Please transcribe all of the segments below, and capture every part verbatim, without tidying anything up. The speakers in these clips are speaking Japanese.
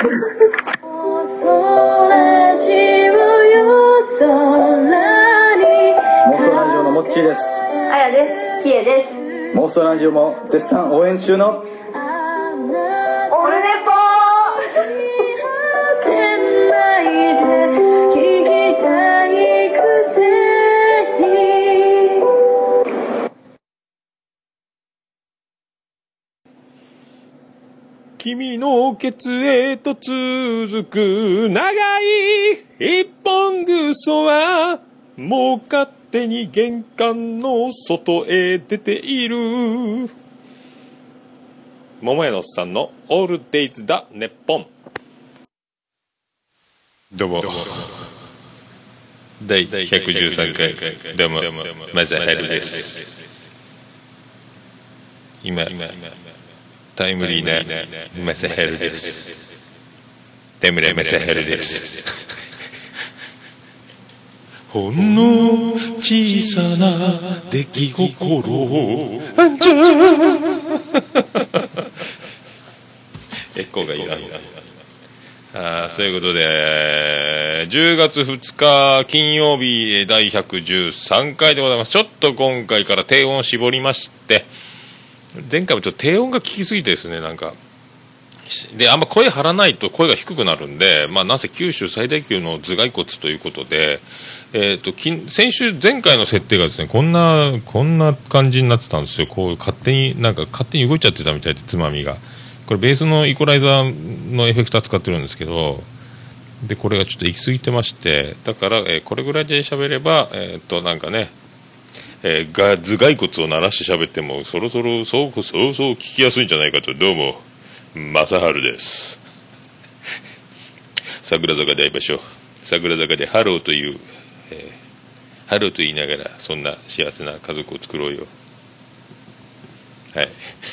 モッチーです。 あやです。きえです。 モーストラジオも絶賛応援中のオルネポ君のケツへと続く長い一本ぐそはもう勝手に玄関の外へ出ている。桃屋のおっさんのオールデイズだネッポン。どうもだいひゃくじゅうさんかいどうもマザヘルです。今タイムリーなマサヘルです。田村マサヘルです。ほんの小さな出来心をあんちゃんエコーがいいな。あ、そういうことでじゅうがつふつか金曜日だいひゃくじゅうさんかいでございます。ちょっと今回から低音を絞りまして、前回もちょっと低音が効きすぎてですね、なんかであんま声張らないと声が低くなるんで、まあ、なぜ九州最大級の頭蓋骨ということで、えー、と先週前回の設定がですねこんなこんな感じになってたんですよ。こう勝手になんか勝手に動いちゃってたみたいで、つまみがこれベースのイコライザーのエフェクター使ってるんですけど、でこれがちょっと行き過ぎてまして、だから、えー、これぐらいで喋れば、えー、となんかねえー、が頭蓋骨を鳴らして喋ってもそろそろそうそうそう聞きやすいんじゃないかと。どうも正春です。桜坂で会いましょう。桜坂でハローという、えー、ハローと言いながらそんな幸せな家族を作ろうよ。はい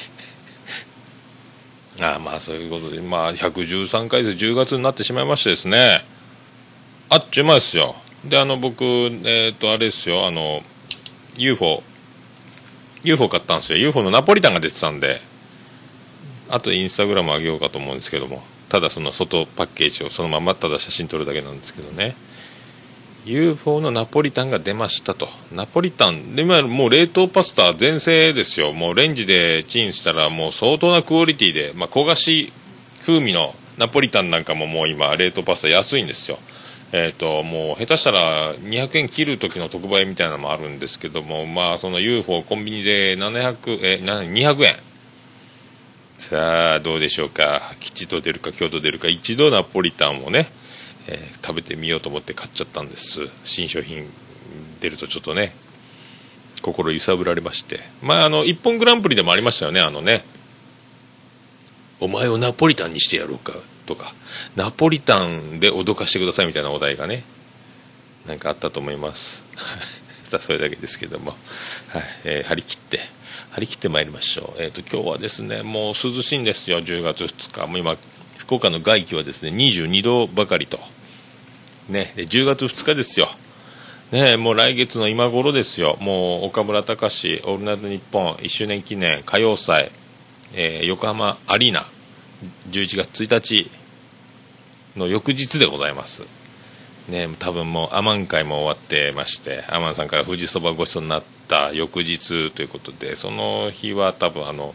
ああ、まあそういうことで、まあひゃくじゅうさんかいでじゅうがつになってしまいましてですね、あっちゅう間ですよ。であの僕えっ、とあれですよ、あのユーフォー ユーフォー 買ったんですよ。 ユーフォー のナポリタンが出てたんで、あとインスタグラム上げようかと思うんですけども、ただその外パッケージをそのままただ写真撮るだけなんですけどね。 ユーフォー のナポリタンが出ましたと。ナポリタンで今もう冷凍パスタ全盛ですよ。もうレンジでチンしたらもう相当なクオリティで、まあ、焦がし風味のナポリタンなんかももう今冷凍パスタ安いんですよ。えー、ともう下手したらにひゃくえん切る時の特売みたいなのもあるんですけども、まあその ユーフォー コンビニでななひゃくえにひゃくえん、さあどうでしょうか。吉と出るか京と出るか。一度ナポリタンをね、えー、食べてみようと思って買っちゃったんです。新商品出るとちょっとね心揺さぶられまして、まああの一本グランプリでもありましたよね。あのね、お前をナポリタンにしてやろうかとか、ナポリタンで脅かしてくださいみたいなお題がねなんかあったと思いますそれだけですけども、はい、えー、張り切って張り切ってまいりましょう。えーと今日はですねもう涼しいんですよ。じゅうがつふつかもう今福岡の外気はですねにじゅうにどばかりとね。でじゅうがつふつかですよね。もう来月の今頃ですよ。もう岡村隆史オールナイトニッポンいっしゅうねん記念歌謡祭、えー、横浜アリーナじゅういちがつついたちの翌日でございますね。多分もうアマン会も終わってまして、アマンさんから富士そばごちそうになった翌日ということで、その日は多分あの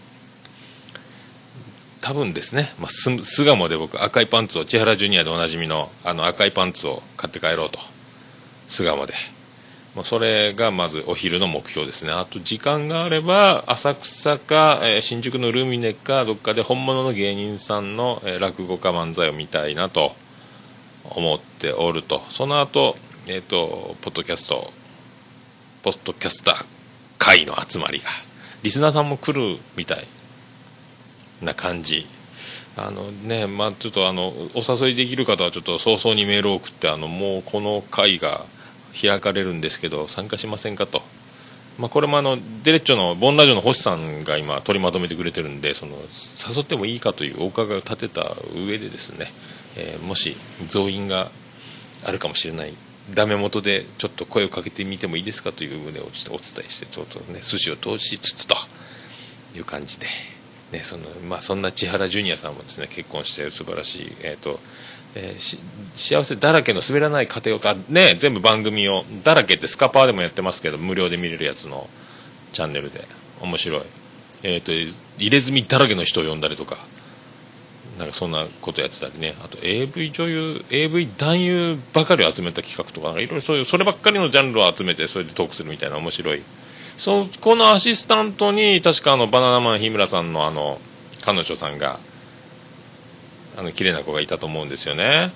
多分ですね、まあ、巣鴨で僕赤いパンツを千原ジュニアでおなじみのあの赤いパンツを買って帰ろうと。巣鴨でもうそれがまずお昼の目標ですね。あと時間があれば浅草か、えー、新宿のルミネかどっかで本物の芸人さんの、えー、落語家漫才を見たいなと思っておると。その後、えーとポッドキャストポッドキャスター会の集まりがリスナーさんも来るみたいな感じ。あのね、まあちょっとあのお誘いできる方はちょっと早々にメールを送って、あのもうこの会が開かれるんですけど参加しませんかと。まあ、これもあのデレッチョのボンラジオの星さんが今取りまとめてくれてるんで、その誘ってもいいかというお伺いを立てた上でですね、えー、もし増員があるかもしれないダメ元でちょっと声をかけてみてもいいですかという旨をちょっとお伝えして、ちょっとね筋を通しつつという感じでね、そのまあ、そんな千原ジュニアさんもですね結婚して素晴らしい、えーとえー、し幸せだらけの滑らない家庭をか、ね、全部番組をだらけってスカパーでもやってますけど無料で見れるやつのチャンネルで面白い、えーと入れ墨だらけの人を呼んだりとかなんかそんなことやってたりね、あと エーブイ 女優 エーブイ 男優ばかりを集めた企画とかなんかいろいろそういうそればっかりのジャンルを集めてそれでトークするみたいな面白い、そこのアシスタントに確かあのバナナマン日村さんのあの彼女さんがあの綺麗な子がいたと思うんですよね。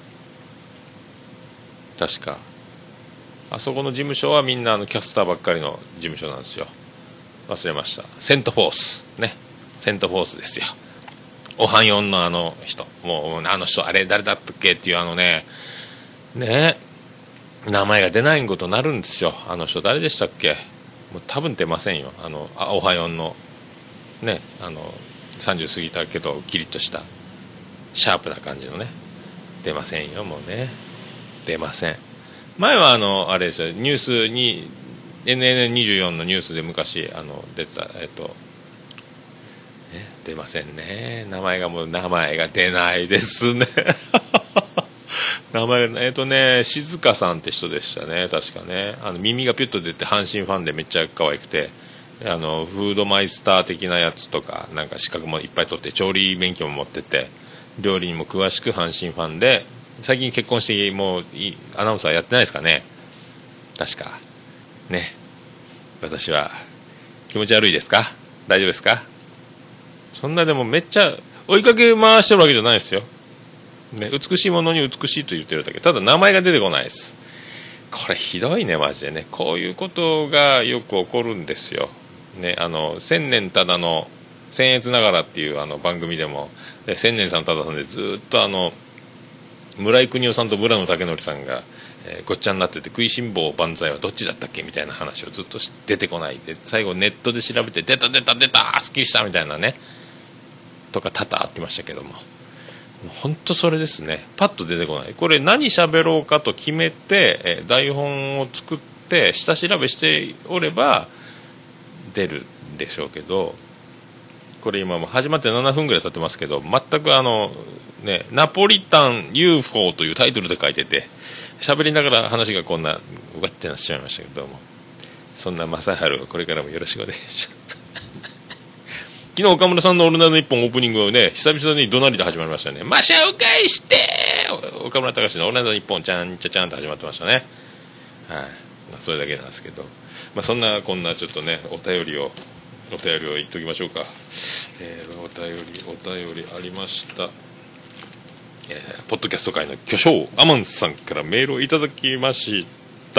確かあそこの事務所はみんなあのキャスターばっかりの事務所なんですよ。忘れました。セントフォースね、セントフォースですよ。おはよんのあの人、もうあの人あれ誰だったっけっていうあのねね名前が出ないことになるんですよ。あの人誰でしたっけ、もう多分出ませんよ。あのあおはよんのね、あのさんじゅう過ぎたけどキリッとしたシャープな感じのね、出ませんよ。もうね出ません。前はあのあれですよ、ニュースに エヌエヌエヌにじゅうよん のニュースで昔あの出てたえっとね、出ませんね。名前がもう名前が出ないですね名前がえっとね静香さんって人でしたね確かね。あの耳がピュッと出て阪神ファンでめっちゃ可愛くて、あのフードマイスター的なやつとかなんか資格もいっぱい取って調理免許も持ってて料理にも詳しく阪神ファンで、最近結婚してもういアナウンサーやってないですかね確かね。私は気持ち悪いですか、大丈夫ですか。そんなでもめっちゃ追いかけ回してるわけじゃないですよ、ね、美しいものに美しいと言ってるだけ、ただ名前が出てこないです。これひどいねマジでね。こういうことがよく起こるんですよ、ね、あの千年ただの僭越ながらっていうあの番組でもで千年さんたださんでずっとあの村井邦夫さんと村野武則さんが、えー、ごっちゃになってて食いしん坊万歳はどっちだったっけみたいな話をずっと出てこないで、最後ネットで調べて出た出た出たすっきりしたみたいなねとか多々ありましたけども、本当それですね。パッと出てこない。これ何喋ろうかと決めて、えー、台本を作って下調べしておれば出るんでしょうけど、これ今も始まってななふんぐらい経ってますけど全くあのねナポリタン ユーフォー というタイトルで書いてて喋りながら話がこんなうわってなっちゃいましたけども、そんな正治これからもよろしくお願いします昨日岡村さんのオールナイトニッポンオープニングをね久々に怒鳴りで始まりましたね。マシャを返して岡村隆史のオールナイトニッポンちゃんちゃちゃんと始まってましたね。はい、まあ、それだけなんですけど、まあ、そんなこんなちょっとねお便りをお便りを言っておきましょうか。えー、お便りお便りありました。えー、ポッドキャスト界の巨匠アマンさんからメールをいただきました。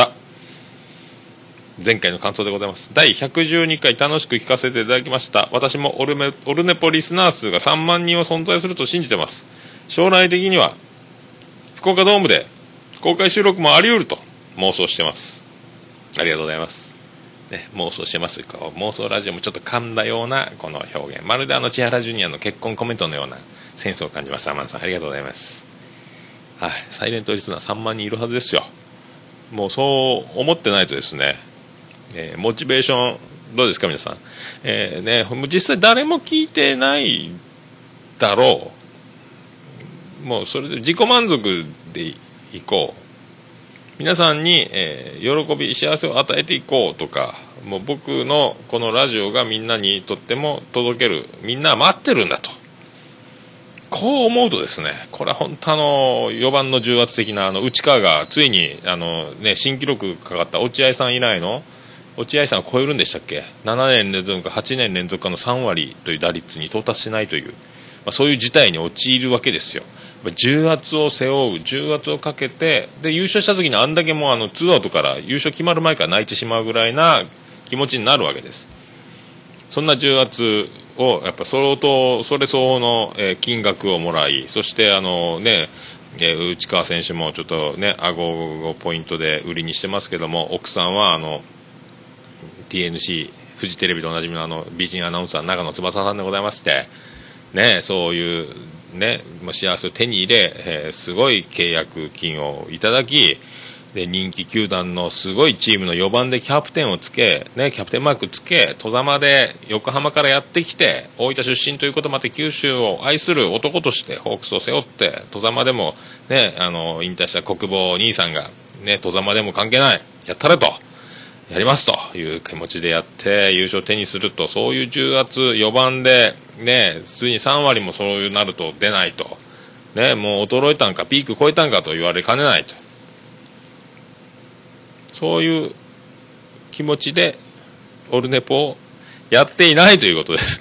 前回の感想でございます。だいひゃくじゅうにかい楽しく聞かせていただきました。私もオルメオルネポリスナー数がさんまんにんは存在すると信じてます。将来的には福岡ドームで公開収録もあり得ると妄想してます。ありがとうございます、ね、妄想してますか。妄想ラジオもちょっと噛んだようなこの表現、まるであの千原ジュニアの結婚コメントのようなセンスを感じます。アマンさんありがとうございます。はい、サイレントリスナーさんまんにんいるはずですよ。もうそう思ってないとですね、えー、モチベーションどうですか皆さん、えーね、実際誰も聞いてないだろう。もうそれで自己満足でいこう。皆さんに、えー、喜び幸せを与えていこうとか、もう僕のこのラジオがみんなにとっても届ける、みんな待ってるんだとこう思うとですね、これは本当あのよばんの重圧的なあの内川がついにあの、ね、新記録かかった落合さん以来の落合さんを超えるんでしたっけ、ななねん連続かはちねん連続かのさんわりという打率に到達しないという、まあ、そういう事態に陥るわけですよ。重圧を背負う、重圧をかけてで優勝した時にあんだけもうあのツーアウトから優勝決まる前から泣いてしまうぐらいな気持ちになるわけです。そんな重圧をやっぱ相当それ相応の、えー、金額をもらい、そしてあのね、えー、内川選手もちょっとね顎をポイントで売りにしてますけども、奥さんはあの ティーエヌシー フジテレビでおなじみのあの美人アナウンサー長野翼さんでございましてね、そういうね幸せを手に入れ、えー、すごい契約金をいただき、 で人気球団のすごいチームのよばんでキャプテンをつけ、ね、キャプテンマークつけ、外様で横浜からやってきて、大分出身ということもあって九州を愛する男としてホークスを背負って、外様でも、ね、あの引退した国防兄さんが、ね、外様でも関係ない、やったれと、やりますという気持ちでやって優勝を手にすると、そういうじゅうがつよばんで、ね、ついにさんわりもそういうなると出ないと、ね、もう衰えたんかピーク超えたんかと言われかねないと、そういう気持ちでオルネポをやっていないということです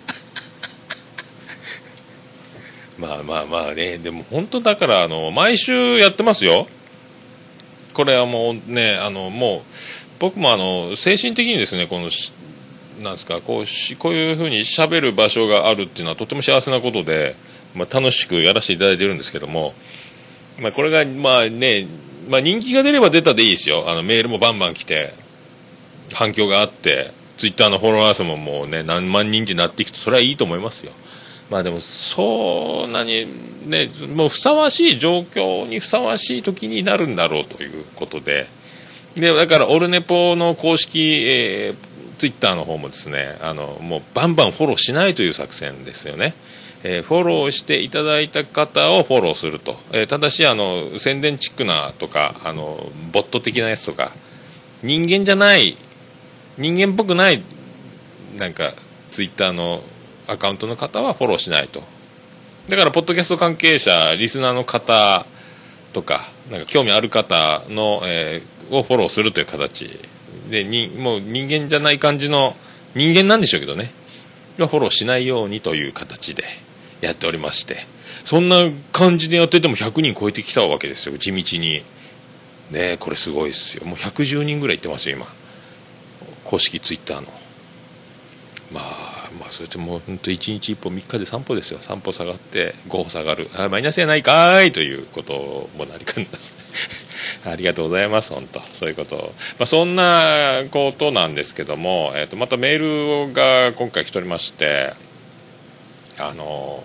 まあまあまあね、でも本当だからあの毎週やってますよ。これはもうね、あのもう僕もあの精神的にですね、このなんですか、こうしこういうふうに喋る場所があるっていうのはとても幸せなことで、まあ、楽しくやらせていただいてるんですけども、まあ、これがまあね、まあ、人気が出れば出たでいいですよ。あのメールもバンバン来て反響があって、ツイッターのフォロワー数ももうね何万人になっていくと、それはいいと思いますよ。まあでもそんなにね、もうふさわしい状況にふさわしい時になるんだろうということで、でだからオルネポの公式、えー、ツイッターの方もですね、あのもうバンバンフォローしないという作戦ですよね。えー、フォローしていただいた方をフォローすると、えー、ただしあの宣伝チックなとか、あのボット的なやつとか、人間じゃない人間っぽくないなんかツイッターのアカウントの方はフォローしないと。だからポッドキャスト関係者、リスナーの方とか、なんか興味ある方の、えー、をフォローするという形で、にもう人間じゃない感じの人間なんでしょうけどね、フォローしないようにという形でやっておりまして、そんな感じでやっててもひゃくにん超えてきたわけですよ、地道にね。これすごいですよ。もうひゃくじゅうにんぐらいいってますよ今、公式ツイッターの。まあまあそれってもう本当いちにちいっぽみっかでさんぽですよ。さんぽ下がってご歩下がる、あマイナスやないかーいということもなりかねますありがとうございます。本当そういうこと、まあ、そんなことなんですけども、えー、とまたメールが今回来ておりまして、あの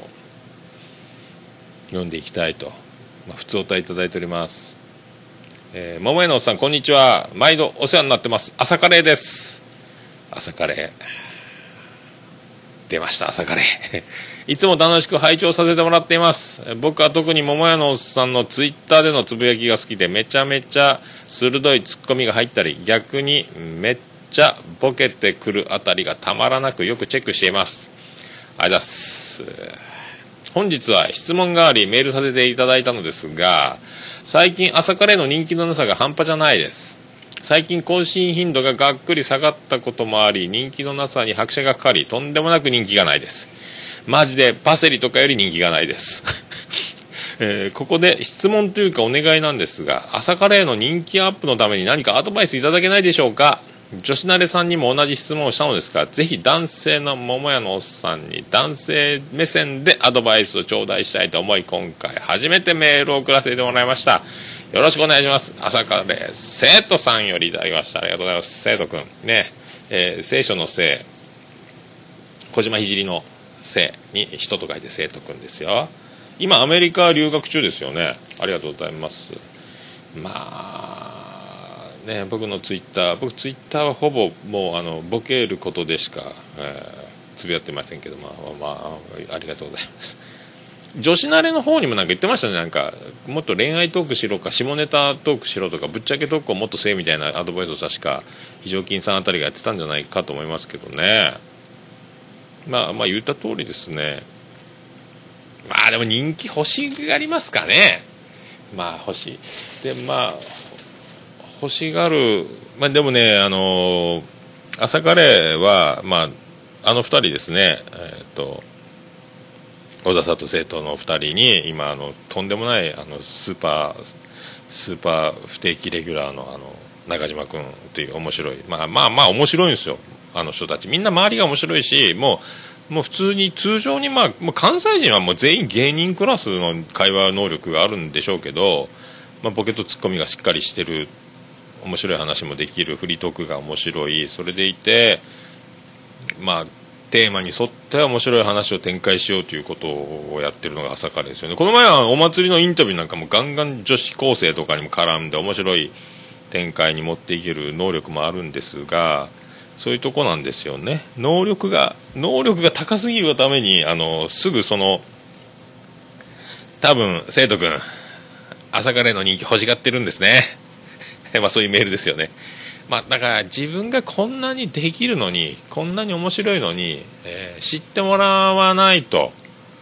読んでいきたいと、まあ、普通お答えいただいております。えー、桃屋のおっさんこんにちは、毎度お世話になってます。朝カレーです。朝カレー出ました。朝カレーいつも楽しく拝聴させてもらっています。僕は特に桃屋のおっさんのツイッターでのつぶやきが好きで、めちゃめちゃ鋭いツッコミが入ったり、逆にめっちゃボケてくるあたりがたまらなくよくチェックしています。ありがとうございます。本日は質問がありメールさせていただいたのですが、最近朝カレーの人気のなさが半端じゃないです。最近更新頻度ががっくり下がったこともあり、人気のなさに拍車がかかり、とんでもなく人気がないです。マジでパセリとかより人気がないです、えー、ここで質問というかお願いなんですが、朝カレーの人気アップのために何かアドバイスいただけないでしょうか。女子慣れさんにも同じ質問をしたのですが、ぜひ男性の桃屋のおっさんに男性目線でアドバイスを頂戴したいと思い、今回初めてメールを送らせてもらいました。よろしくお願いします。朝カレー生徒さんよりいただきました。ありがとうございます。生徒くんね、えー、聖書の聖、小島聖の聖に人と書いて生徒くんですよ。今アメリカ留学中ですよね。ありがとうございます。まあね、僕のツイッター僕ツイッターはほぼもうあのボケることでしか、えー、つぶやってませんけど、まあまあありがとうございます。女子慣れの方にもなんか言ってましたね。なんかもっと恋愛トークしろか下ネタトークしろとかぶっちゃけトークをもっとせえみたいなアドバイスを確か非常勤さんあたりがやってたんじゃないかと思いますけどね。まあまあ言った通りですね。まあでも人気欲しがりますかね。まあ欲しいでまあ欲しがる、まあでもね、あの朝カレーはまああのふたりですね、えっと小田里生徒のふたりに今あのとんでもないあのスーパースーパー不定期レギュラーのあの中島君っていう面白い、まあまあまあ面白いんですよ。あの人たちみんな周りが面白いし、もうもう普通に通常にまあもう関西人はもう全員芸人クラスの会話能力があるんでしょうけど、まあ、ボケとツッコミがしっかりしてる、面白い話もできる、フリートークが面白い、それでいてまあテーマに沿って面白い話を展開しようということをやってるのが朝霞ですよね。この前はお祭りのインタビューなんかもガンガン女子高生とかにも絡んで面白い展開に持っていける能力もあるんですが、そういうとこなんですよね。能力が能力が高すぎるがためにあのすぐその多分生徒君朝霞の人気欲しがってるんですねまあそういうメールですよね。まあ、だから自分がこんなにできるのにこんなに面白いのに、えー、知ってもらわないと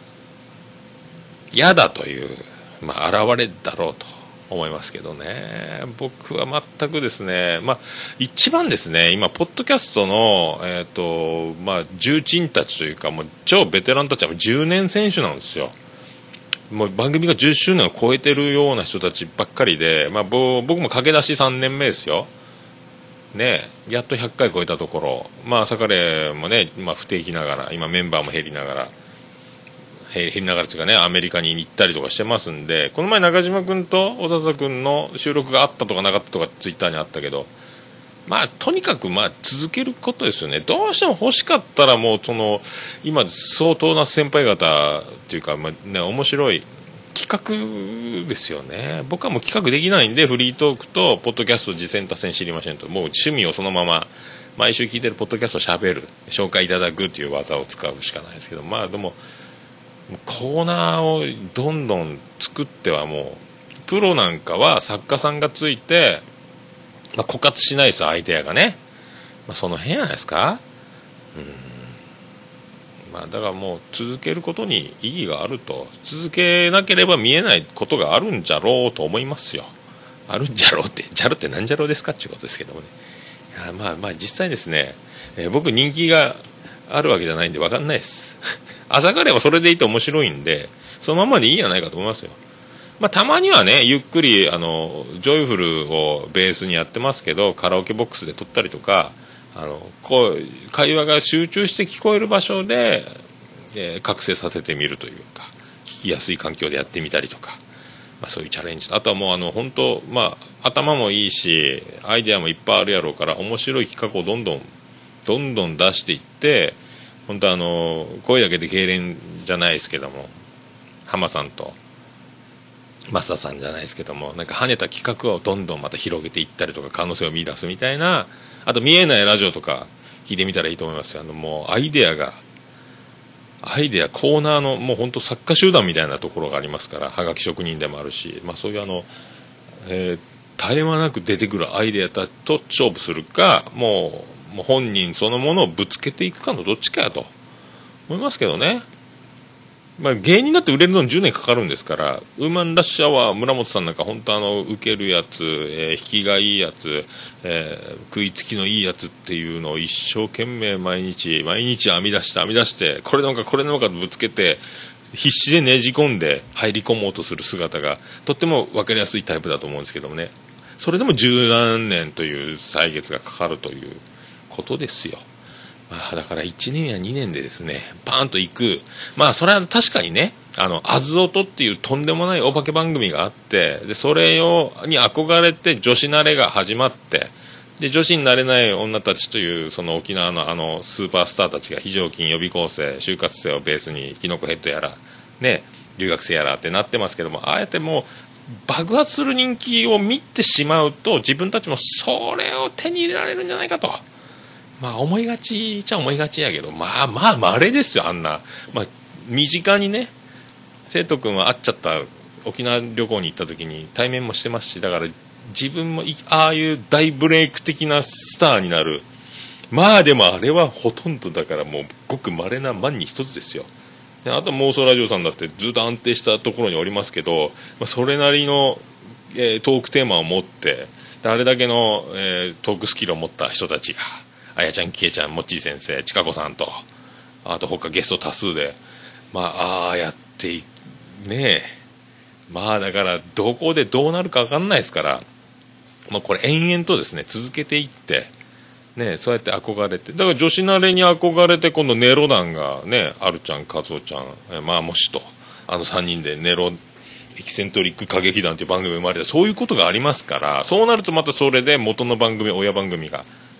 嫌だという、まあ、現れだろうと思いますけどね。僕は全くですね、まあ、一番ですね今ポッドキャストの、えーとまあ、重鎮たちというかもう超ベテランたちはじゅうねん選手なんですよ。もう番組がじゅっしゅうねんを超えてるような人たちばっかりで、まあ、僕も駆け出しさんねんめですよね。やっとひゃっかい超えたところ、まあ朝霞もね、まあ、不定期ながら今メンバーも減りながら減りながらというかね、アメリカに行ったりとかしてますんで、この前中島君と小笹君の収録があったとかなかったとかツイッターにあったけど、まあとにかくまあ続けることですよね。どうしても欲しかったらもうその今相当な先輩方っていうか、まあね、面白い企画ですよね。僕はもう企画できないんでフリートークとポッドキャスト次戦多戦知りませんと、もう趣味をそのまま毎週聞いてるポッドキャストをしゃべる紹介いただくっていう技を使うしかないですけど、まあでもコーナーをどんどん作ってはもうプロなんかは作家さんがついて、まあ、枯渇しないですよアイデアがね、まあ、その辺じゃないですか。うんまあ、だからもう続けることに意義があると、続けなければ見えないことがあるんじゃろうと思いますよ。あるんじゃろうってじゃろってなんじゃろうですかっていうことですけどもね。いやまあまあ実際ですね、えー、僕人気があるわけじゃないんで分かんないです朝霞はそれでいて面白いんでそのままでいいんじゃないかと思いますよ。まあ、たまにはねゆっくりあのジョイフルをベースにやってますけど、カラオケボックスで撮ったりとか、あのこう会話が集中して聞こえる場所で、えー、覚醒させてみるというか聞きやすい環境でやってみたりとか、まあ、そういうチャレンジ、あとはもうあの本当、まあ、頭もいいしアイデアもいっぱいあるやろうから面白い企画をどんどんどんどん出していって、本当あの声だけで痙攣じゃないですけども浜さんと増田さんじゃないですけどもなんか跳ねた企画をどんどんまた広げていったりとか可能性を見出すみたいな、あと見えないラジオとか聞いてみたらいいと思いますよ。あのもうアイデアがアイデアコーナーのもう本当作家集団みたいなところがありますから、はがき職人でもあるし、まあ、そういうあの、えー、絶え間なく出てくるアイデアと勝負するか、もう、もう本人そのものをぶつけていくかのどっちかやと思いますけどね。まあ、芸人だって売れるのにじゅうねんかかるんですから、ウーマンラッシュアワー村本さんなんか本当あの受けるやつ、えー、引きがいいやつ、えー、食いつきのいいやつっていうのを一生懸命毎日毎日編み出して編み出してこれなのかこれなのかとぶつけて必死でねじ込んで入り込もうとする姿がとっても分かりやすいタイプだと思うんですけどもね。それでも十何年という歳月がかかるということですよ。まあ、だからいちねんやにねんでですねパーンといく、まあそれは確かにね、あのアズオトっていうとんでもないお化け番組があって、でそれをに憧れて女子慣れが始まって、で女子になれない女たちというその沖縄のあのスーパースターたちが非常勤予備校生就活生をベースにキノコヘッドやらね留学生やらってなってますけども、ああやってもう爆発する人気を見てしまうと自分たちもそれを手に入れられるんじゃないかと、まあ思いがちっちゃ思いがちやけど、まあまあ稀ですよあんな、まあ、身近にね生徒君は会っちゃった、沖縄旅行に行った時に対面もしてますし、だから自分もああいう大ブレイク的なスターになる、まあでもあれはほとんどだからもうごく稀な万に一つですよ。であと妄想ラジオさんだってずっと安定したところにおりますけど、まあ、それなりの、えー、トークテーマを持ってあれだけの、えー、トークスキルを持った人たちがあやちゃんきえちゃんもっちー先生ちかこさんとあと他ゲスト多数でまあああやっていねえ、まあだからどこでどうなるか分かんないですから、まあ、これ延々とですね続けていってね、そうやって憧れて、だから女子慣れに憧れて今度ネロ団がねあるちゃんカズオちゃん、えまあもしとあのさんにんでネロエキセントリック歌劇団という番組が生まれた、そういうことがありますから、そうなるとまたそれで元の番組親番組が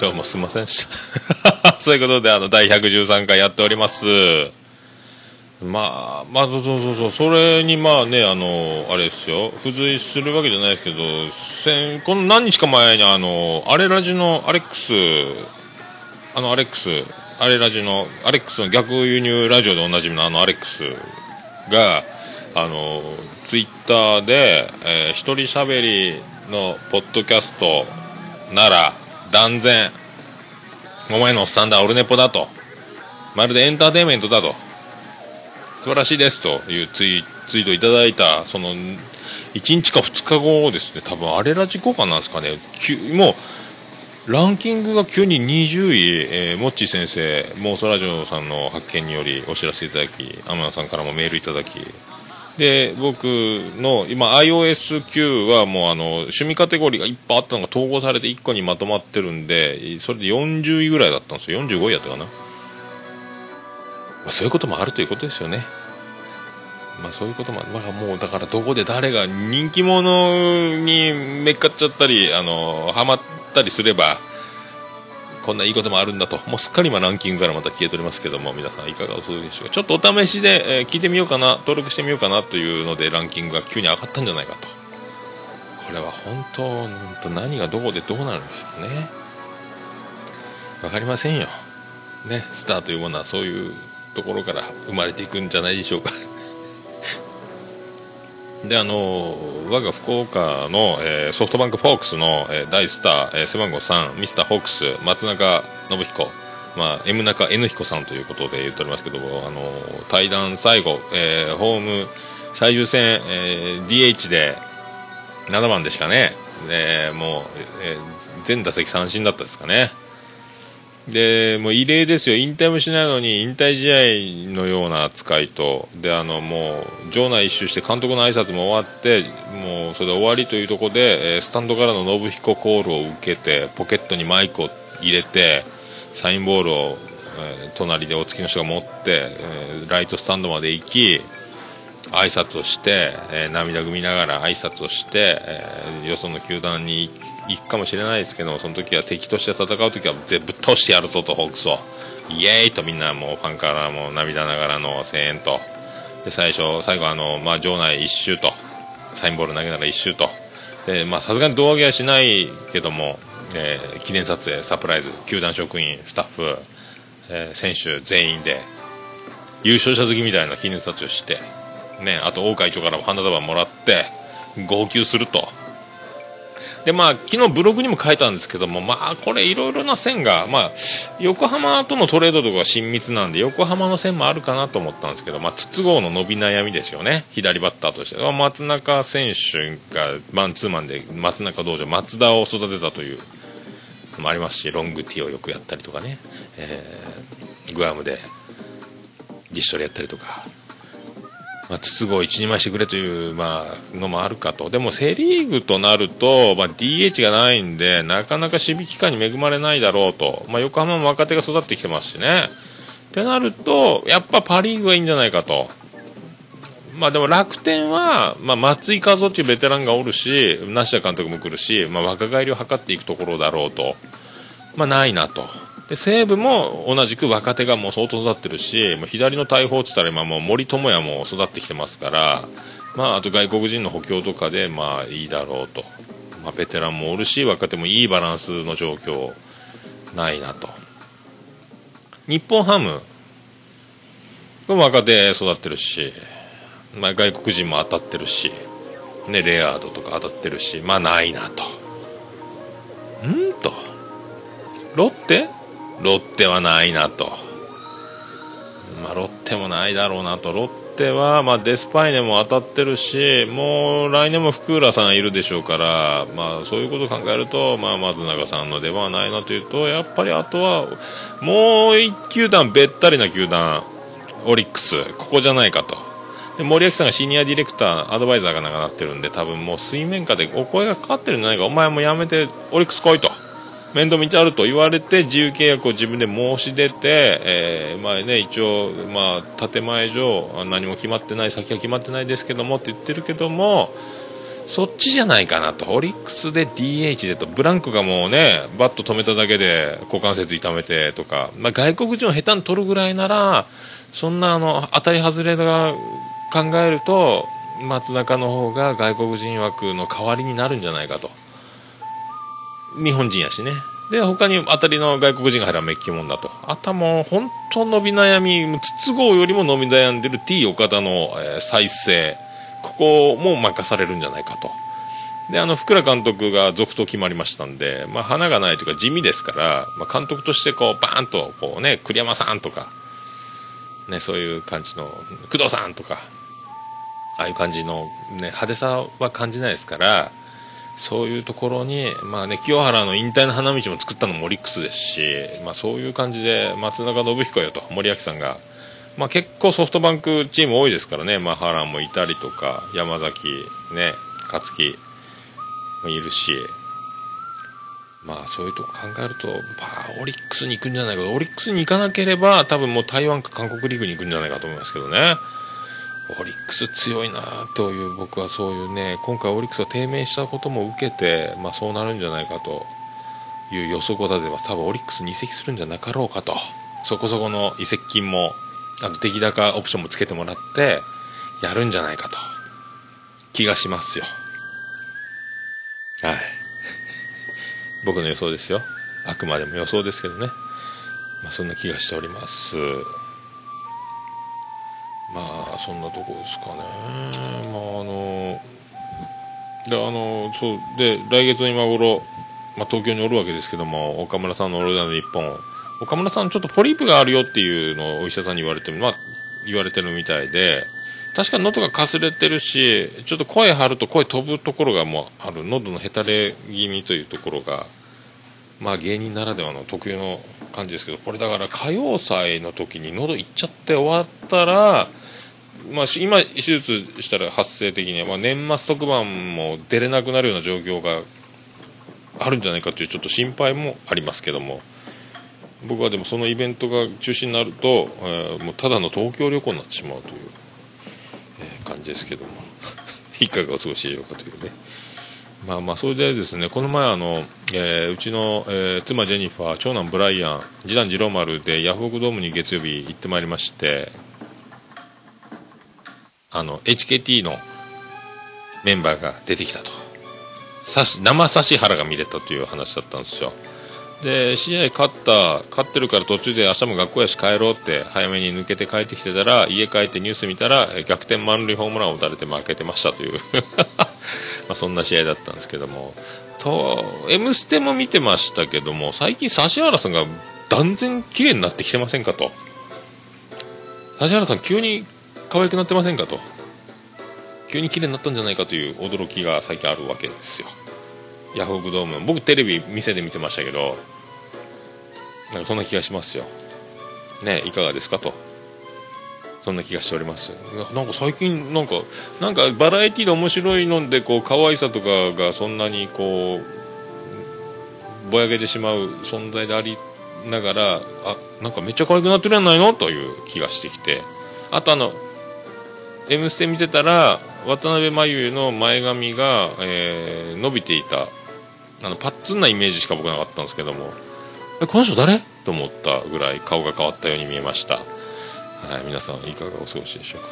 どうもすいませんでしたそういうことであのだいひゃくじゅうさんかいやっております。まあまあそうそうそうそれにまあねあのあれですよ付随するわけじゃないですけど先この何日か前にあのアレラジのアレックスあのアレックスアレラジのアレックスの逆輸入ラジオでおなじみのあのアレックスがあのツイッターで、えー、一人喋りのポッドキャストなら断然お前のおっさんだオルネポだとまるでエンターテインメントだと素晴らしいですというツイ、ツイートいただいたそのいちにちかふつかごですね多分あれラジ効果なんですかねもうランキングが急ににじゅうい、えー、モッチー先生妄想ラジオさんの発見によりお知らせいただき天野さんからもメールいただきで僕の今 アイオーエスきゅう はもうあの趣味カテゴリーがいっぱいあったのが統合されていっこにまとまってるんでそれでよんじゅういぐらいだったんですよよんじゅうごいやったかな、まあ、そういうこともあるということですよね。まあそういうことも、まあ、もうだからどこで誰が人気者にめっかっちゃったりあのハマったりすればこんないいこともあるんだともうすっかり今ランキングからまた消えておりますけども皆さんいかがお過ごしでしょうか。ちょっとお試しで、えー、聞いてみようかな登録してみようかなというのでランキングが急に上がったんじゃないかと。これは本当本当何がどこでどうなるんだろうねわかりませんよね。スターというものはそういうところから生まれていくんじゃないでしょうかであの我が福岡の、えー、ソフトバンクフォークスの、えー、大スター、えー、背番号さんミスターホークス松中信彦、まあ、M 中 N 彦さんということで言っておりますけども、あの対談最後、えー、ホーム最終戦、えー、ディーエイチ でななばんでしかねでもう、えー、全打席三振だったですかね。でもう異例ですよ引退もしないのに引退試合のような扱いとであのもう場内一周して監督の挨拶も終わってもうそれで終わりというところで、えー、スタンドからの信彦コールを受けてポケットにマイクを入れてサインボールを、えー、隣でお付きの人が持って、えー、ライトスタンドまで行き挨拶をして、えー、涙ぐみながら挨拶をして、えー、よその球団に行くかもしれないですけどその時は敵として戦う時は全部ぶっ倒してやるととホークスをイエーイとみんなもうファンからも涙ながらの声援とで最初最後あの、まあ、場内一周とサインボール投げながら一周とさすがに胴上げはしないけども、えー、記念撮影サプライズ球団職員スタッフ、えー、選手全員で優勝した時みたいな記念撮影をしてね、あと王会長からも花束もらって号泣するとでまあ昨日ブログにも書いたんですけどもまあこれいろいろな線がまあ横浜とのトレードとか親密なんで横浜の線もあるかなと思ったんですけどまあ筒香の伸び悩みですよね左バッターとして松中選手がマンツーマンで松中道場松田を育てたというのもありますしロングティーをよくやったりとかね、えー、グアムで自主トレやったりとかまあ、筒香を一、二枚してくれという、まあ、のもあるかと。でもセリーグとなると、まあ、ディーエイチ がないんでなかなか守備機会に恵まれないだろうと、まあ、横浜も若手が育ってきてますしねってなるとやっぱパリーグがいいんじゃないかと。まあでも楽天は、まあ、松井稼頭っていうベテランがおるし梨田監督も来るし、まあ、若返りを図っていくところだろうと、まあ、ないなと。で西武も同じく若手がもう相当育ってるしもう左の大砲って言ったら今もう森友哉も育ってきてますから、まあ、あと外国人の補強とかでまあいいだろうと、まあ、ベテランもおるし若手もいいバランスの状況ないなと。日本ハム若手育ってるし、まあ、外国人も当たってるし、ね、レアードとか当たってるしまあないなと。んとロッテロッテはないなと、まあ、ロッテもないだろうなと。ロッテは、まあ、デスパイネも当たってるしもう来年も福浦さんいるでしょうから、まあ、そういうことを考えると、まあ、松永さんの出番はないなというとやっぱりあとはもう一球団べったりな球団オリックスここじゃないかと。で森脇さんがシニアディレクターアドバイザーがなんかなってるんで多分もう水面下でお声がかかってるんじゃないかお前もやめてオリックス来いと面倒見ちゃうと言われて自由契約を自分で申し出て、えーまあね、一応、まあ、建前上何も決まってない先は決まってないですけどもって言ってるけどもそっちじゃないかなと。オリックスで ディーエイチ でと、ブランクがもうねバット止めただけで股関節痛めてとか、まあ、外国人を下手に取るぐらいならそんなあの当たり外れが考えると松中の方が外国人枠の代わりになるんじゃないかと。日本人やしね。で他に当たりの外国人が入らめっきもんだと。あとはもう本当伸び悩み、筒香よりも伸び悩んでる T 岡田の、えー、再生、ここも任されるんじゃないかと。であの福良監督が続投決まりましたんで、まあ、花がないというか地味ですから、まあ、監督としてこうバーンとこう、ね、栗山さんとか、ね、そういう感じの工藤さんとかああいう感じの、ね、派手さは感じないですから、そういうところに、まあね、清原の引退の花道も作ったのもオリックスですし、まあ、そういう感じで松中信彦よと森脇さんが、まあ、結構ソフトバンクチーム多いですからね、まあ、原もいたりとか山崎、ね、勝木もいるし、まあ、そういうとこ考えると、まあ、オリックスに行くんじゃないかと。オリックスに行かなければ多分もう台湾か韓国リーグに行くんじゃないかと思いますけどね。オリックス強いなという、僕はそういうね、今回オリックスが低迷したことも受けて、まあ、そうなるんじゃないかという予測を立てば、多分オリックスに移籍するんじゃなかろうかと。そこそこの移籍金もあと出来高オプションもつけてもらってやるんじゃないかと気がしますよ。はい僕の予想ですよ。あくまでも予想ですけどね、まあ、そんな気がしております。まあそんなとこですかね。まああのであのそうで来月の今頃、まあ、東京におるわけですけども、岡村さんのオールナイトニッポン、岡村さんちょっとポリープがあるよっていうのをお医者さんに言われて、まあ、言われてるみたいで、確かに喉がかすれてるし、ちょっと声張ると声飛ぶところがもうある、喉のへたれ気味というところが、まあ芸人ならではの特有の感じですけど、これだから歌謡祭の時に喉いっちゃって終わったら、まあ、今手術したら発生的には、まあ、年末特番も出れなくなるような状況があるんじゃないかというちょっと心配もありますけども、僕はでもそのイベントが中止になると、えー、もうただの東京旅行になってしまうという、えー、感じですけどもいかがお過ごしでしょうかというね。まあまあそれでですね、この前あの、えー、うちの、えー、妻ジェニファー、長男ブライアン、次男次郎丸でヤフオクドームに月曜日行ってまいりまして、あの エイチケーティー のメンバーが出てきたと、さし生指原が見れたという話だったんですよ。で試合勝った勝ってるから途中で明日も学校やし帰ろうって早めに抜けて帰ってきてたら、家帰ってニュース見たら逆転満塁ホームランを打たれて負けてましたというまあそんな試合だったんですけども、と M ステも見てましたけども、最近指原さんが断然綺麗になってきてませんかと。指原さん急に可愛くなってませんかと、急に綺麗になったんじゃないかという驚きが最近あるわけですよ。ヤフオクドーム、僕テレビ店で見てましたけど、なんかそんな気がしますよね。いかがですかと、そんな気がしております。なんか最近なんかなんかバラエティで面白いのでこう可愛さとかがそんなにこうぼやけてしまう存在でありながら、あ、なんかめっちゃ可愛くなってるやないのという気がしてきて、あとあの M ステ見てたら渡辺真由の前髪が、えー、伸びていた、あのパッツンなイメージしか僕なかったんですけども、えこの人誰と思ったぐらい顔が変わったように見えました。はい、皆さんいかがお過ごしでしょ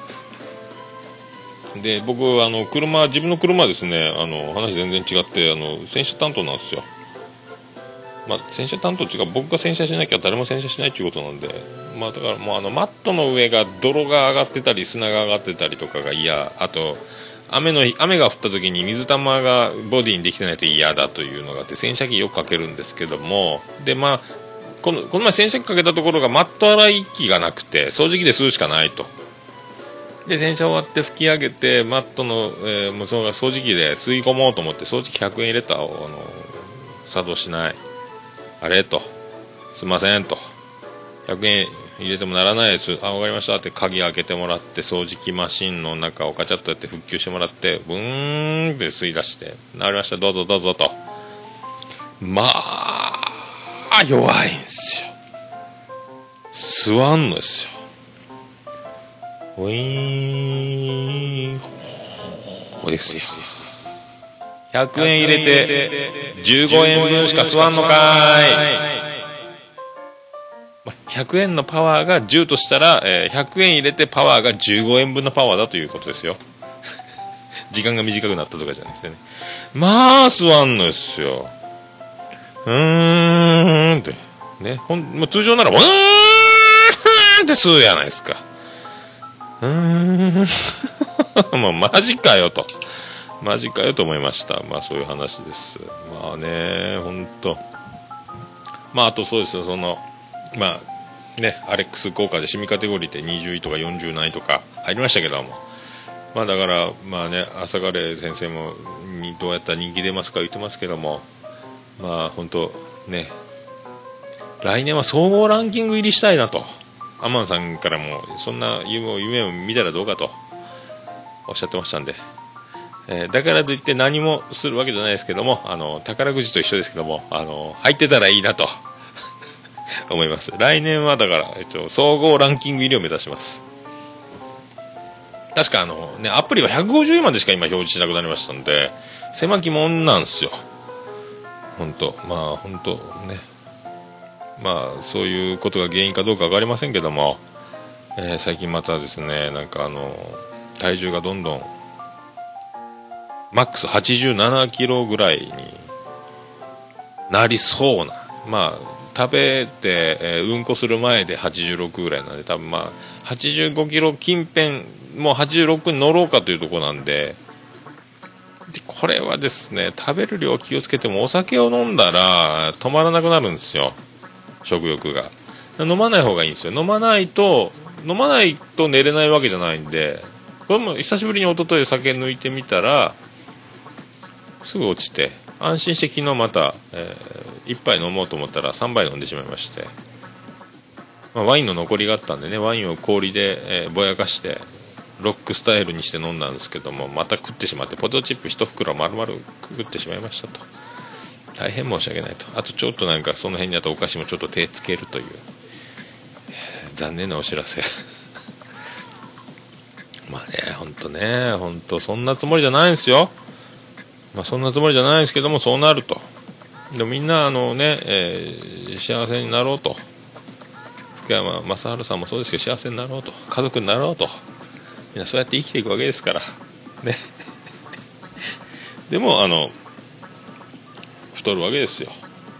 うかで僕あの車自分の車ですね、あの話全然違って、あの洗車担当なんですよ。まあ、洗車担当っていうか僕が洗車しなきゃ誰も洗車しないっていうことなんで、まあ、だからもうあのマットの上が泥が上がってたり砂が上がってたりとかが嫌、あと雨の雨が降った時に水玉がボディにできてないと嫌だというのがあって、洗車機よくかけるんですけども、でまあこのこの前洗車機かけたところがマット洗い機がなくて掃除機で吸うしかないと。で洗車終わって拭き上げてマットの、えー、もうその掃除機で吸い込もうと思って掃除機ひゃくえん入れた、あの作動しない、あれと、すいませんと、ひゃくえん入れてもならないです、あ、わかりましたって鍵開けてもらって、掃除機マシンの中をカチャッとやって復旧してもらって、ブーンって吸い出して、なりました、どうぞどうぞと。まあ弱いんですよ、吸わんのですよ。ウィーンほーですよ。 ひゃくえん入れてじゅうごえんぶんしか吸わんのかーい。ひゃくえんのパワーがじゅうとしたら、えー、ひゃくえん入れてパワーがじゅうごえんぶんのパワーだということですよ。時間が短くなったとかじゃなくてね。まあ吸わんのですよ。うーんってね、ほんもう通常ならうーんって吸うやないですか。うーんもうマジかよとマジかよと思いました。まあそういう話です。まあね、ほんとまああとそうですよ、そのまあね、アレックス効果でシミカテゴリーってにじゅういとかよんじゅうなんいとか入りましたけども、まあだからまあね、朝ガレ先生もにどうやったら人気出ますか言ってますけども、まあ本当ね、来年は総合ランキング入りしたいなと、アマンさんからもそんな夢を夢を見たらどうかとおっしゃってましたんで、えー、だからといって何もするわけじゃないですけども、あの宝くじと一緒ですけども、あの入ってたらいいなと思います。来年はだから、えっと、総合ランキング入りを目指します。確かあのね、アプリはひゃくごじゅうえんまでしか今表示しなくなりましたんで、狭き門なんですよ。本当まあ本当ね、まあそういうことが原因かどうか分かりませんけども、えー、最近またですね、なんかあの体重がどんどんマックスはちじゅうななキロぐらいになりそうな、まあ食べて、えー、うんこする前ではちじゅうろくぐらいなんで、多分まあはちじゅうごキロ近辺、もうはちじゅうろくに乗ろうかというところなんで、でこれはですね、食べる量気をつけてもお酒を飲んだら止まらなくなるんですよ、食欲が。飲まない方がいいんですよ。飲まないと飲まないと寝れないわけじゃないんで、これも久しぶりに一昨日酒抜いてみたらすぐ落ちて、安心して昨日また、えー、いっぱい飲もうと思ったらさんばい飲んでしまいまして、まあ、ワインの残りがあったんでね、ワインを氷で、えー、ぼやかしてロックスタイルにして飲んだんですけども、また食ってしまって、ポテトチップ一袋丸々食ってしまいましたと。大変申し訳ないと。あとちょっとなんかその辺にあったお菓子もちょっと手つけるという、えー、残念なお知らせまあね、ほんとね、ほんとそんなつもりじゃないんですよ。まあそんなつもりじゃないんですけども、そうなると。でもみんなあのね、えー、幸せになろうと、福山雅治さんもそうですけど、幸せになろうと、家族になろうと、みんなそうやって生きていくわけですからねでもあの太るわけですよ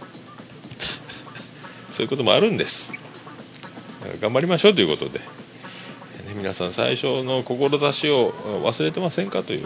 そういうこともあるんです。頑張りましょうということで、ね、皆さん最初の志を忘れてませんかという、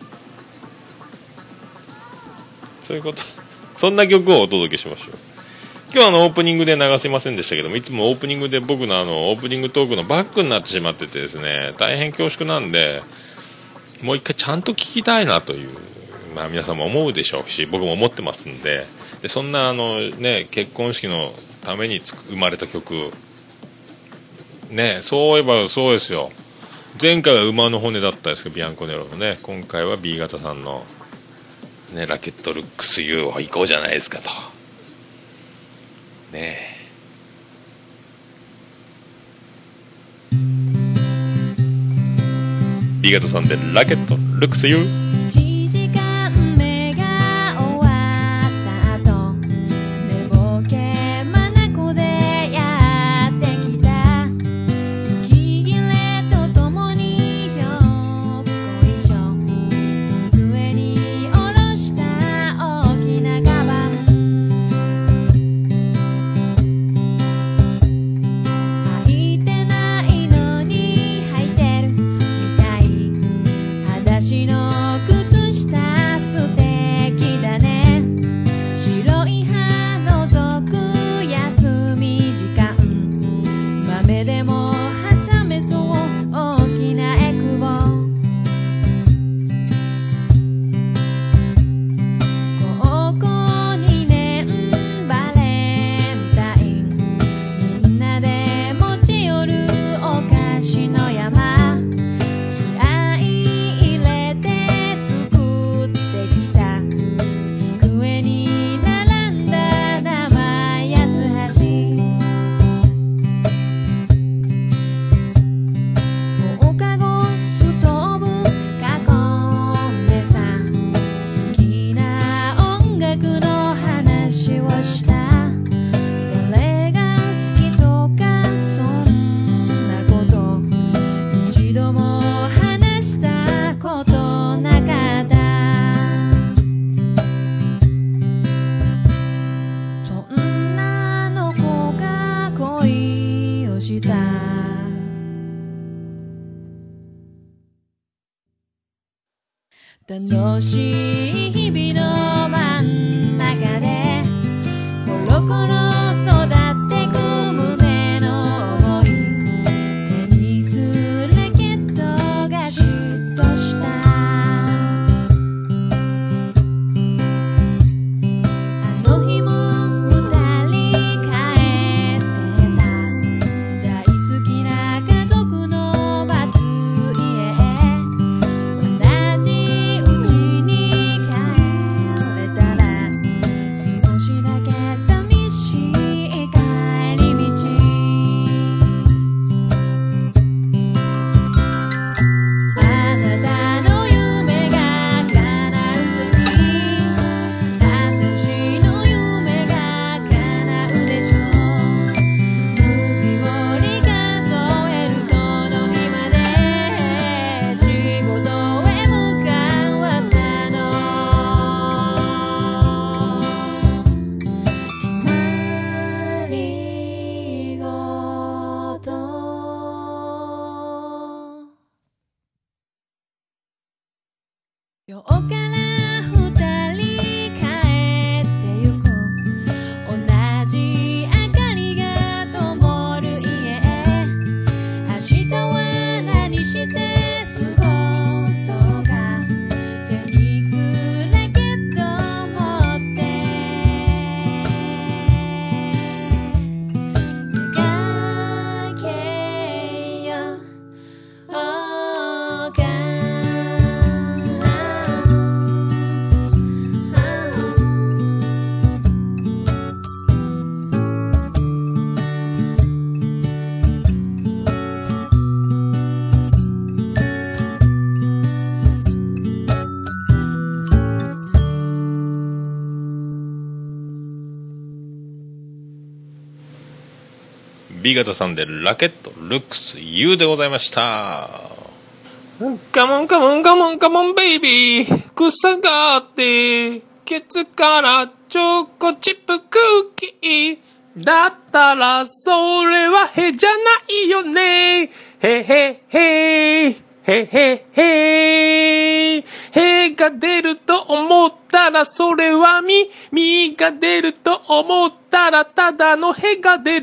そういうこと、そんな曲をお届けしましょう。今日あのオープニングで流せませんでしたけども、いつもオープニングで僕のあのオープニングトークのバックになってしまっててですね、大変恐縮なんで、もう一回ちゃんと聞きたいなという、まあ皆さんも思うでしょうし、僕も思ってますんで、でそんなあのね、結婚式のために生まれた曲ね、そういえばそうですよ、前回は馬の骨だったですけど、ビアンコネロのね、今回は B 型さんのね、ラケットルックス U を行こうじゃないですかとねえ。B 型さんでラケットルックス U。 私の靴楽しい日々の真ん中でコロコロ育ってく胸の想い、テニスラケットが嫉妬した。あの日も二人帰ってた。大好きな家族の待つ家へ同じうちに帰れたら少しだけ寂しい帰り道。あなたの夢が叶うとき私の夢が叶うでしょう。指折り数えるその日まで仕事へ向かう朝の決まりごと。今日から二人帰ってゆこう。同じ明かりが灯る家へ。明日は何して過ごそうか。テニスラケット持って出かけようか。 B 型さんでラケットルックス U でございました。カモンカモンカモンカモンベイビー、草があってケツからチョコチップクッキーだったらそれはへじゃないよね。へへへへへへへが出ると思ったらそれはみみが出ると思ったらただのへが出る。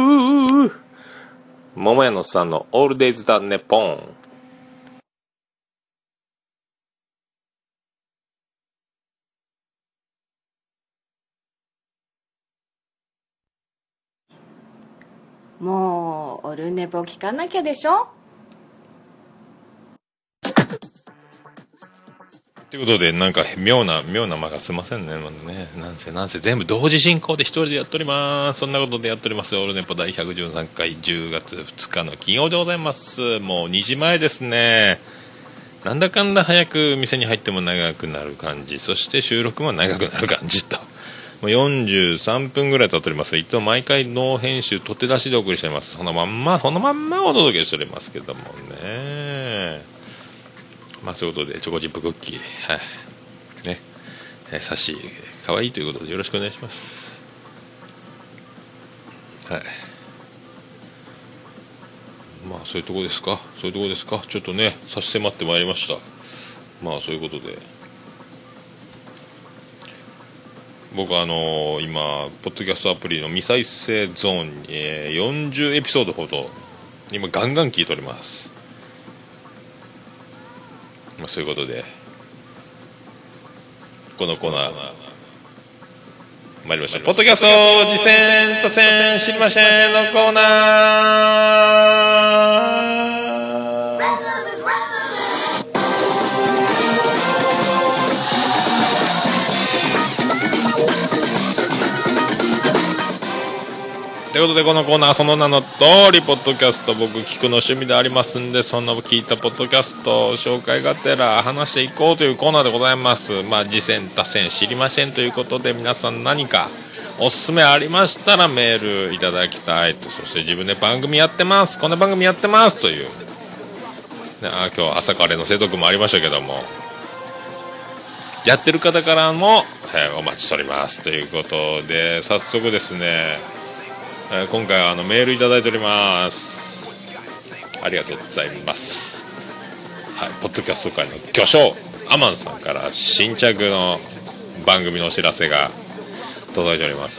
桃屋のさんのオールデイズだネポン。 もうオルネポ聞かなきゃでしょ。 ということで、なんか妙な妙な間がすいませんね。ね、なんせなんせ全部同時進行で一人でやっております。そんなことでやっております。オールネポ第ひゃくじゅうさんかいじゅうがつふつかの金曜でございます。もうにじまえですね。なんだかんだ早く店に入っても長くなる感じ、そして収録も長くなる感じと、もうよんじゅうさんぷんぐらい経っております。いつも毎回ノー編集取って出しでお送りしております。そのまんまそのまんまお届けしておりますけどもね。まあそういうことでチョコチップクッキー、はい、ね、えー、サシ可愛いということでよろしくお願いします。はい。まあそういうとこですか。そういうとこですか。ちょっとね差し迫ってまいりました。まあそういうことで。僕はあのー、今ポッドキャストアプリの未再生ゾーンに、えー、よんじゅうエピソードほど今ガンガン聞いております。まあ、そういうことでこのコーナー参りましょう。ポッドキャスト実践とせん知りませんのコーナー。ということでこのコーナーはその名の通りポッドキャスト僕聞くの趣味でありますんで、そんな聞いたポッドキャストを紹介がてら話していこうというコーナーでございます。まあ次戦他戦知りませんということで、皆さん何かおすすめありましたらメールいただきたいと。そして自分で番組やってます、こんな番組やってますという、ね、あ今日朝カレーの生徒君もありましたけども、やってる方からも、えー、お待ちしておりますということで、早速ですね、えー、今回はあのメールいただいております。ありがとうございます。はい、ポッドキャスト界の巨匠アマンさんから新着の番組のお知らせが届いております。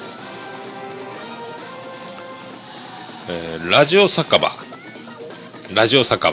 えー、ラジオ酒場ラジオ酒場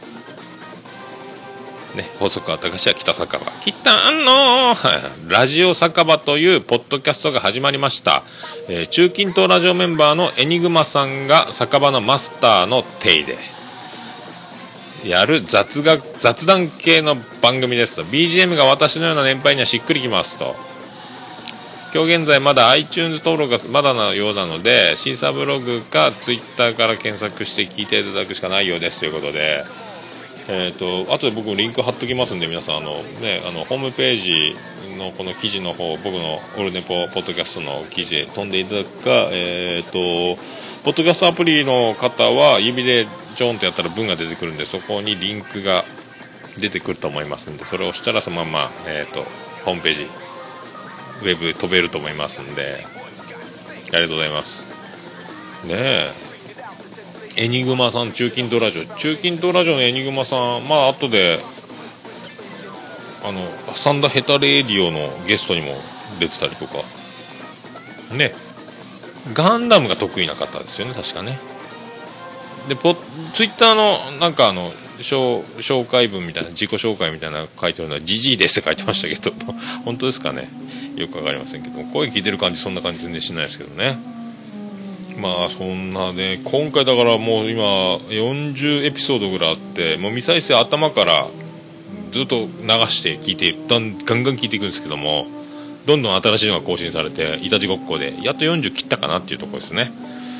ね、細川たかしは北酒場北のラジオ酒場というポッドキャストが始まりました。えー、中近東ラジオメンバーのエニグマさんが酒場のマスターの手入れやる 雑学雑談系の番組ですと。 ビージーエム が私のような年配にはしっくりきますと。今日現在まだ iTunes 登録がまだなようなので、シーサーブログか Twitter から検索して聞いていただくしかないようですということで、えーと後で僕もリンク貼っときますんで、皆さんあの、ね、あのホームページのこの記事の方、僕のオルネポポッドキャストの記事へ飛んでいただくか、えーとポッドキャストアプリの方は指でジョンとやったら文が出てくるんで、そこにリンクが出てくると思いますんで、それを押したらそのまま、えーとホームページウェブ飛べると思いますんで、ありがとうございますね。えエニグマさん、中近東ラジオ中近東ラジオのエニグマさん、まあ後であのサンダヘタレーディオのゲストにも出てたりとかね。ガンダムが得意な方ですよね、確かね。でポツイッターのなんかあの紹, 紹介文みたいな、自己紹介みたいなの書いてるのはジジイですって書いてましたけど本当ですかね、よくわかりませんけど、声聞いてる感じそんな感じ全然しないですけどね。まあそんなね、今回だからもう今よんじゅうエピソードぐらいあって、もう未再生頭からずっと流して聞いてだんガンガン聞いていくんですけども、どんどん新しいのが更新されて、いたちごっこでやっとよんじゅう切ったかなっていうところですね。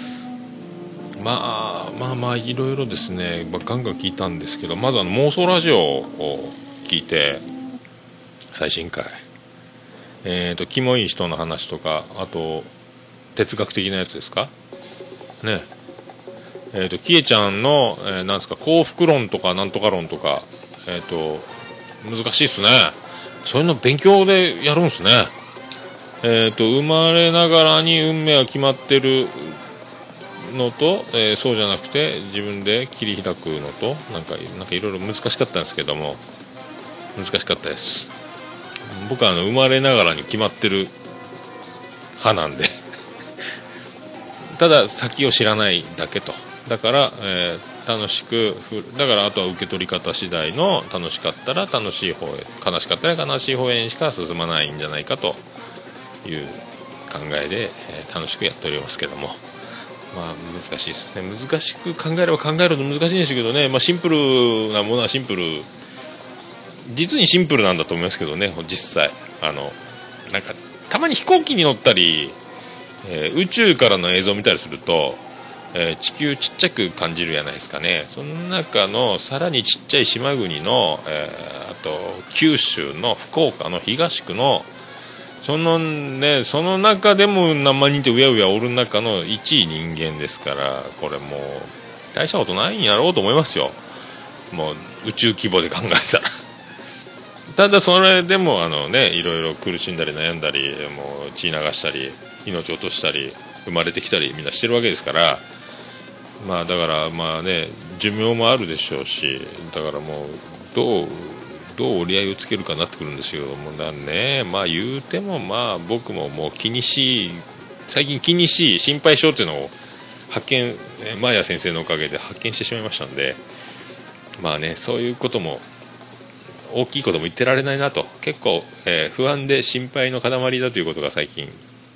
まあまあまあいろいろですね、まあ、ガンガン聞いたんですけど、まずあの妄想ラジオを聞いて、最新回えーとキモい人の話とか、あと哲学的なやつですかね、えーとキエちゃんの、えー、なんですか幸福論とかなんとか論とか、えーと難しいっすね。そういうの勉強でやるんですね。えーと生まれながらに運命は決まってるのと、えー、そうじゃなくて自分で切り開くのと、なんかなんかいろいろ難しかったんですけども、難しかったです。僕はあの生まれながらに決まってる派なんでただ先を知らないだけと。だから、えー、楽しくだからあとは受け取り方次第の、楽しかったら楽しい方へ、悲しかったら悲しい方へにしか進まないんじゃないかという考えで、えー、楽しくやっておりますけども、まあ難しいですね。難しく考えれば考えると難しいんですけどね、まあ、シンプルなものはシンプル、実にシンプルなんだと思いますけどね。実際あのなんかたまに飛行機に乗ったり、えー、宇宙からの映像を見たりすると、えー、地球ちっちゃく感じるじゃないですかね。その中のさらにちっちゃい島国の、えー、あと九州の福岡の東区のそのね、その中でも何万人ってうやうやおる中の一位人間ですから、これもう大したことないんやろうと思いますよ、もう宇宙規模で考えたらただそれでもあのね、いろいろ苦しんだり悩んだり、もう血流したり命を落としたり生まれてきたりみんなしてるわけですから、まあだからまあね、寿命もあるでしょうし、だからもうどうどう折り合いをつけるかなってくるんですけども、だね、まあ言うてもまあ僕ももう気にしい最近気にしい心配性っていうのを発見、マーヤ先生のおかげで発見してしまいましたんで、まあね、そういうことも大きいことも言ってられないなと、結構、えー、不安で心配の塊だということが最近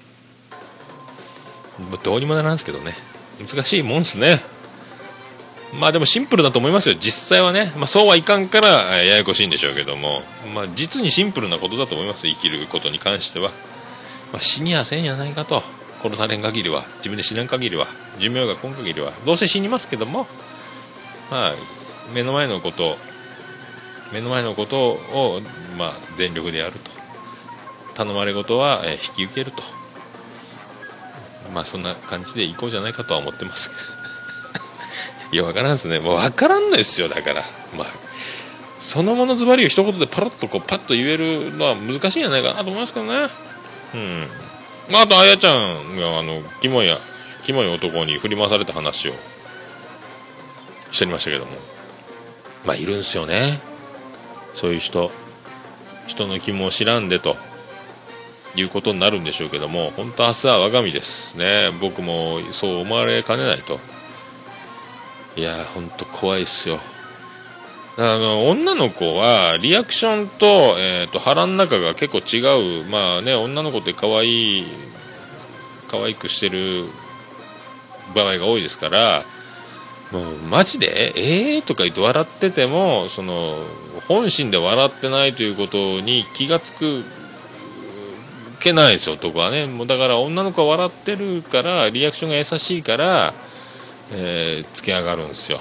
どうにもならんですけどね、難しいもんですね。まあでもシンプルだと思いますよ、実際はね。まあそうはいかんからややこしいんでしょうけども、まあ実にシンプルなことだと思います、生きることに関しては。まあ、死にはせんやないかと、殺されん限りは、自分で死なん限りは、寿命が来ん限りは、どうせ死にますけども、まあ目の前のこと目の前のことを、まあ、全力でやると、頼まれ事は、えー、引き受けると、まあそんな感じでいこうじゃないかとは思ってますけどいや分からんですね、もう分からんのですよ。だからまあそのものズバリを一言でパラッとこうパッと言えるのは難しいんじゃないかなと思いますけどね。うん。まあ、あとあやちゃんがあのキモいやキモい男に振り回された話をしておりましたけども、まあいるんですよね、 そういう人人の気も知らんでということになるんでしょうけども、本当明日は我が身ですね。僕もそう思われかねないと。いや本当怖いっすよ。あの女の子はリアクションと、えー、と腹の中が結構違う。まあね、女の子って可愛い可愛くしてる場合が多いですから、もうマジでえーとか言って笑ってても、その本心で笑ってないということに気がつくけないですよ、男はね。もうだから女の子は笑ってるからリアクションが優しいから、えー、つけ上がるんですよ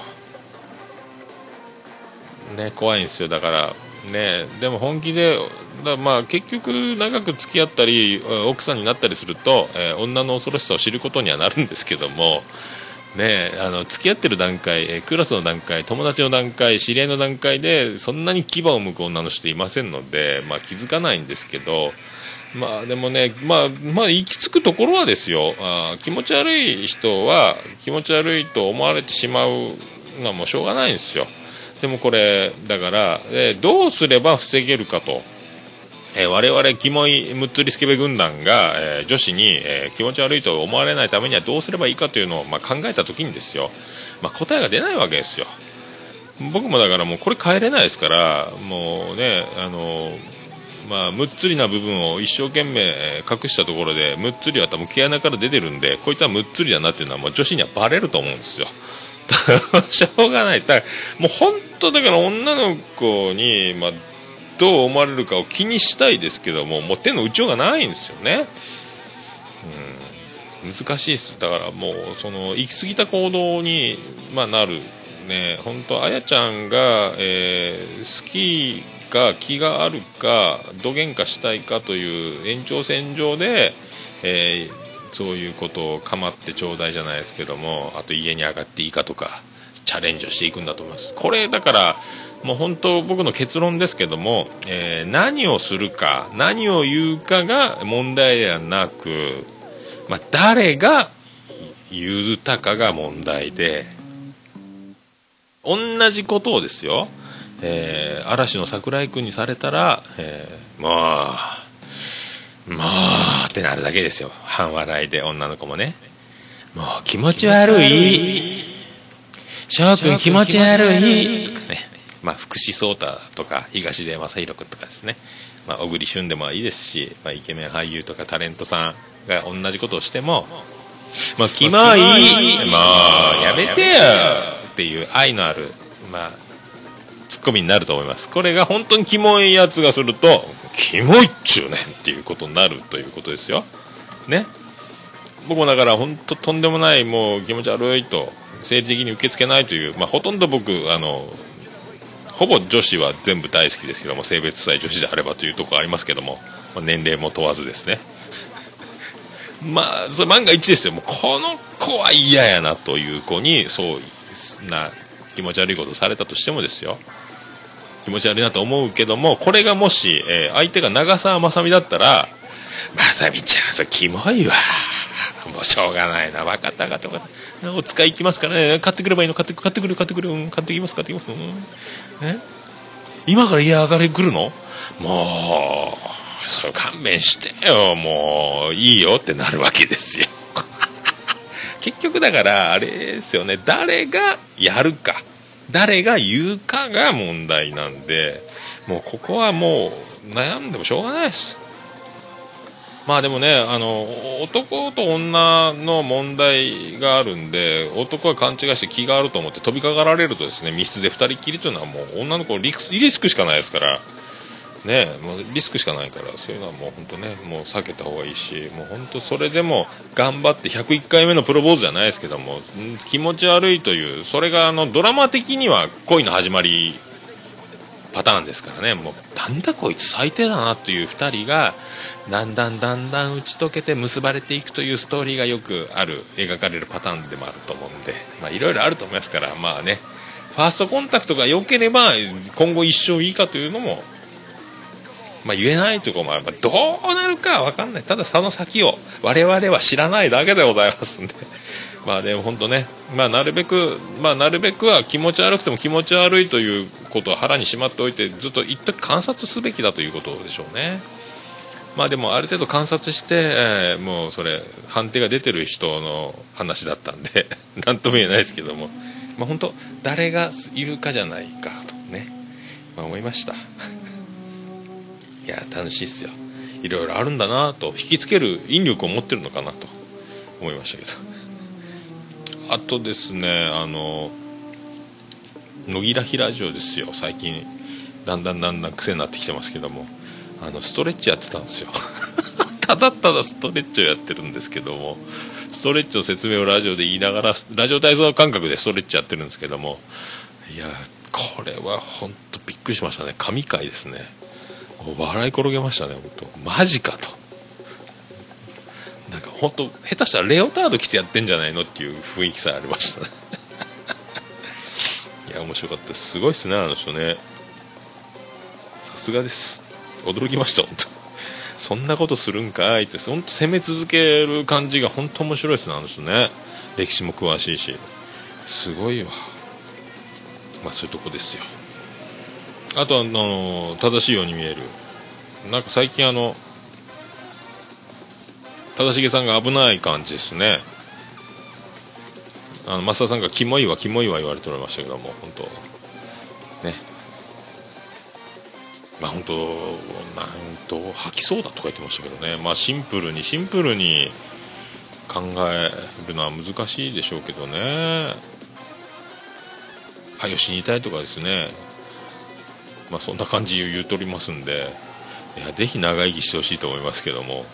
ね。怖いんですよ。だからね、でも本気でだまあ結局長く付き合ったり奥さんになったりすると、えー、女の恐ろしさを知ることにはなるんですけどもね、あの付き合ってる段階、えー、クラスの段階、友達の段階、知り合いの段階でそんなに牙を剥く女の人いませんので、まあ、気づかないんですけど、まあでもね、まあ、まあ行き着くところはですよ、あ気持ち悪い人は気持ち悪いと思われてしまうのはもうしょうがないんですよ。でもこれだから、えー、どうすれば防げるかと、えー、我々キモいむっつりスケベ軍団が、えー、女子に、えー、気持ち悪いと思われないためにはどうすればいいかというのを、まあ、考えた時にですよ、まあ、答えが出ないわけですよ。僕もだからもうこれ変えれないですから、もうね、あのーまあ、むっつりな部分を一生懸命隠したところでむっつりは多分毛穴から出てるんで、こいつはむっつりだなっていうのはもう女子にはバレると思うんですよ。しょうがないです。だからもう本当だから女の子に、まあ、どう思われるかを気にしたいですけども、もう手の打ちようがないんですよね。うん、難しいです。だからもうその行き過ぎた行動に、まあ、なるね。本当あやちゃんが、えー、好きか気があるかどげんかしたいかという延長線上で、えー、そういうことを構ってちょうだいじゃないですけども、あと家に上がっていいかとかチャレンジをしていくんだと思います。これだからもう本当僕の結論ですけども、えー、何をするか何を言うかが問題ではなく、まあ、誰が言うたかが問題で、同じことをですよ、えー、嵐の桜井くんにされたら、えー、もうもうってなるだけですよ。半笑いで女の子もね、もう気持ち悪い翔くん気持ち悪いとかね、まあ、福士蒼汰とか東出昌大君とかですね、まあ、小栗旬でもいいですし、まあ、イケメン俳優とかタレントさんが同じことをしても、もうキモいもうやめてよっていう愛のある、まあ、ツッコミになると思います。これが本当にキモいやつがするとキモいっちゅうねんっていうことになるということですよね。僕もだから本当とんでもないもう気持ち悪いと生理的に受け付けないという、まあ、ほとんど僕あのほぼ女子は全部大好きですけども、性別さえ女子であればというところありますけども、まあ、年齢も問わずですねまあそれ万が一ですよ、もうこの子は嫌やなという子にそうな気持ち悪いことされたとしてもですよ、気持ち悪いなと思うけども、これがもし、えー、相手が長澤まさみだったら、まさみちゃんそれキモいわもうしょうがないな、分かった分かった分かった、お使い行きますからね、買ってくればいいの、買って買ってくる買ってくる、うん、買ってきます買ってきます、うん、え今から嫌がり来るの、もうそれ勘弁してよ、もういいよってなるわけですよ結局だからあれですよね、誰がやるか誰が言うかが問題なんで、もうここはもう悩んでもしょうがないです。まあでもね、あの男と女の問題があるんで、男は勘違いして気があると思って飛びかかられるとですね、密室でふたりっきりというのはもう女の子リスク、リスクしかないですからね、もうリスクしかないから、そういうのはもう本当ね、もう避けた方がいいし、もう本当それでも頑張ってひゃくいっかいめのプロポーズじゃないですけども、気持ち悪いという、それがあのドラマ的には恋の始まりパターンですからね、もうなんだこいつ最低だなっていうふたりがだんだんだんだん打ち解けて結ばれていくというストーリーがよくある、描かれるパターンでもあると思うんで、まあいろいろあると思いますから、まあね、ファーストコンタクトが良ければ今後一生いいかというのもまあ、言えないところもあれば、どうなるかは分かんない。ただその先を我々は知らないだけでございますんでまあでも本当ね、まあなるべくまあなるべくは気持ち悪くても気持ち悪いということを腹にしまっておいて、ずっと一時観察すべきだということでしょうね。まあでもある程度観察して、えー、もうそれ判定が出てる人の話だったんでなんとも言えないですけども、まあ本当誰が言うかじゃないかとね、まあ、思いましたいや楽しいっすよ。いろいろあるんだなと、引きつける引力を持ってるのかなと思いましたけどあとですね、あの野木らひラジオですよ。最近だんだんだんだん癖になってきてますけども、あのストレッチやってたんですよただただストレッチをやってるんですけども、ストレッチの説明をラジオで言いながらラジオ体操感覚でストレッチやってるんですけども、いやこれは本当びっくりしましたね。神回ですね。笑い転げましたね。本当マジかと、なんか本当下手したらレオタード着てやってんじゃないのっていう雰囲気さえありましたねいや面白かったです。すごいっすねあの人ね。さすがです。驚きました本当。そんなことするんかいって本当攻め続ける感じが本当面白いですねあの人ね。歴史も詳しいしすごいわ。まあそういうとこですよ。あとあの正しいように見える、なんか最近あの正成さんが危ない感じですね。あの増田さんがキモいわキモいわ言われておりましたけども、本当ね、まあ本当なんと吐きそうだとか言ってましたけどね。まあシンプルにシンプルに考えるのは難しいでしょうけどね。はよ死にたいとかですね、まあそんな感じを言うとりますんで、いやぜひ長生きしてほしいと思いますけども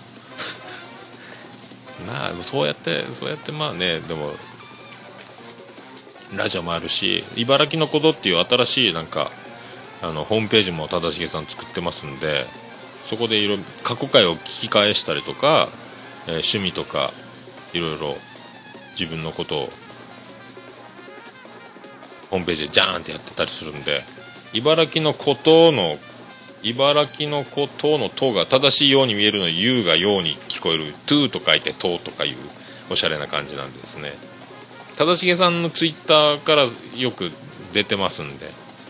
まあそうやってそうやってまあね、でもラジオもあるし、茨城のことっていう新しいなんかあのホームページも忠重さん作ってますんで、そこでいろ過去回を聞き返したりとか、えー、趣味とかいろいろ自分のことをホームページでジャーンってやってたりするんで、茨城のことの茨城のことのとが正しいように見えるのに U がように聞こえる to と書いてととかいうおしゃれな感じなんですね。忠重さんのツイッターからよく出てますんで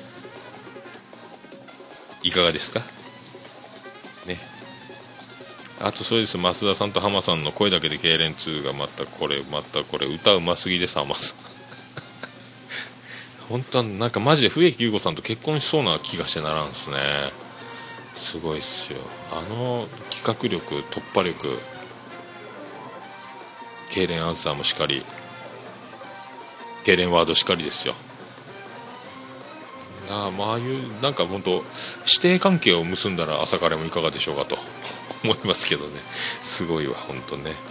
いかがですかね。あとそうです、増田さんと浜さんの声だけで痙攣にがまたこれまたこれ歌うますぎです。浜さん本当はなんかマジで笛木優子さんと結婚しそうな気がしてならんですね。すごいっすよ。あの企画力突破力、痙攣アンサーもしかり痙攣ワードしかりですよ。ああ、まあ、ああいうなんか本当師弟関係を結んだら朝彼もいかがでしょうかと思いますけどね。すごいわ本当ね。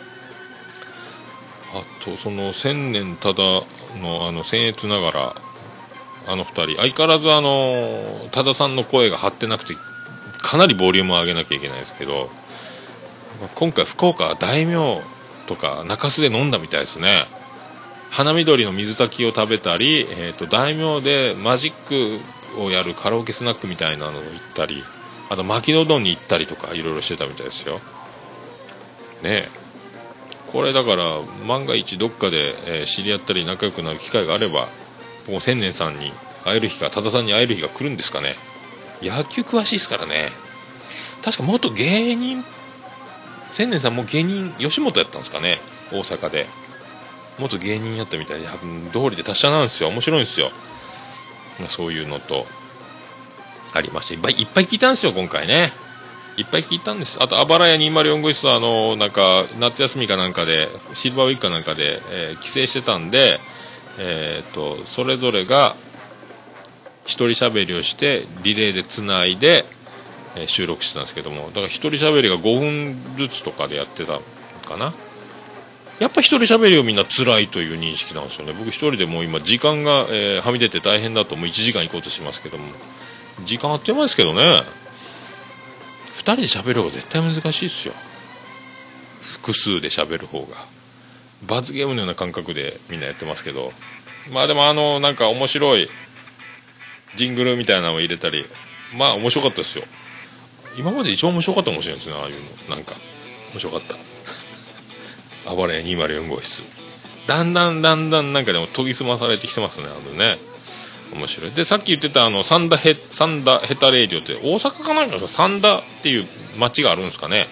あとその千年ただのあの僭越ながらあのふたり相変わらずあの多田さんの声が張ってなくてかなりボリュームを上げなきゃいけないですけど、今回福岡大名とか中洲で飲んだみたいですね。花緑の水炊きを食べたり、えー、と大名でマジックをやるカラオケスナックみたいなのを行ったり、あと牧野丼に行ったりとかいろいろしてたみたいですよね。えこれだから万が一どっかで、えー、知り合ったり仲良くなる機会があれば、もう千年さんに会える日が多田さんに会える日が来るんですかね。野球詳しいですからね。確か元芸人千年さんも芸人吉本やったんですかね、大阪で元芸人やったみたいで、通りで達者なんですよ。面白いんですよ。そういうのとありまして、いっぱいいっぱい聞いたんですよ今回ね。いっぱい聞いたんです。あとあばらやにーまるよん号室はあのなんか夏休みかなんかでシルバーウィークかなんかで、えー、帰省してたんで、えー、とそれぞれが一人喋りをしてリレーでつないで、えー、収録してたんですけども、だから一人喋りがごふんずつとかでやってたのかな。やっぱ一人喋りをみんな辛いという認識なんですよね。僕一人でもう今時間が、えー、はみ出て大変だともういちじかん行こうとしますけども、時間あっという間ですけどね。ふたりで喋る方が絶対難しいですよ。複数で喋る方が罰ゲームのような感覚でみんなやってますけど、まあでもあのなんか面白いジングルみたいなのを入れたり、まあ面白かったですよ。今まで一番面白かったかもしれないですね。ああいうのなんか面白かったあばれやにーまるよん号室だんだんだんだんなんかでも研ぎ澄まされてきてますね。あのね面白い。でさっき言ってたあのサンダヘサンダヘタレイディオって大阪かなんかサンダっていう町があるんですかね。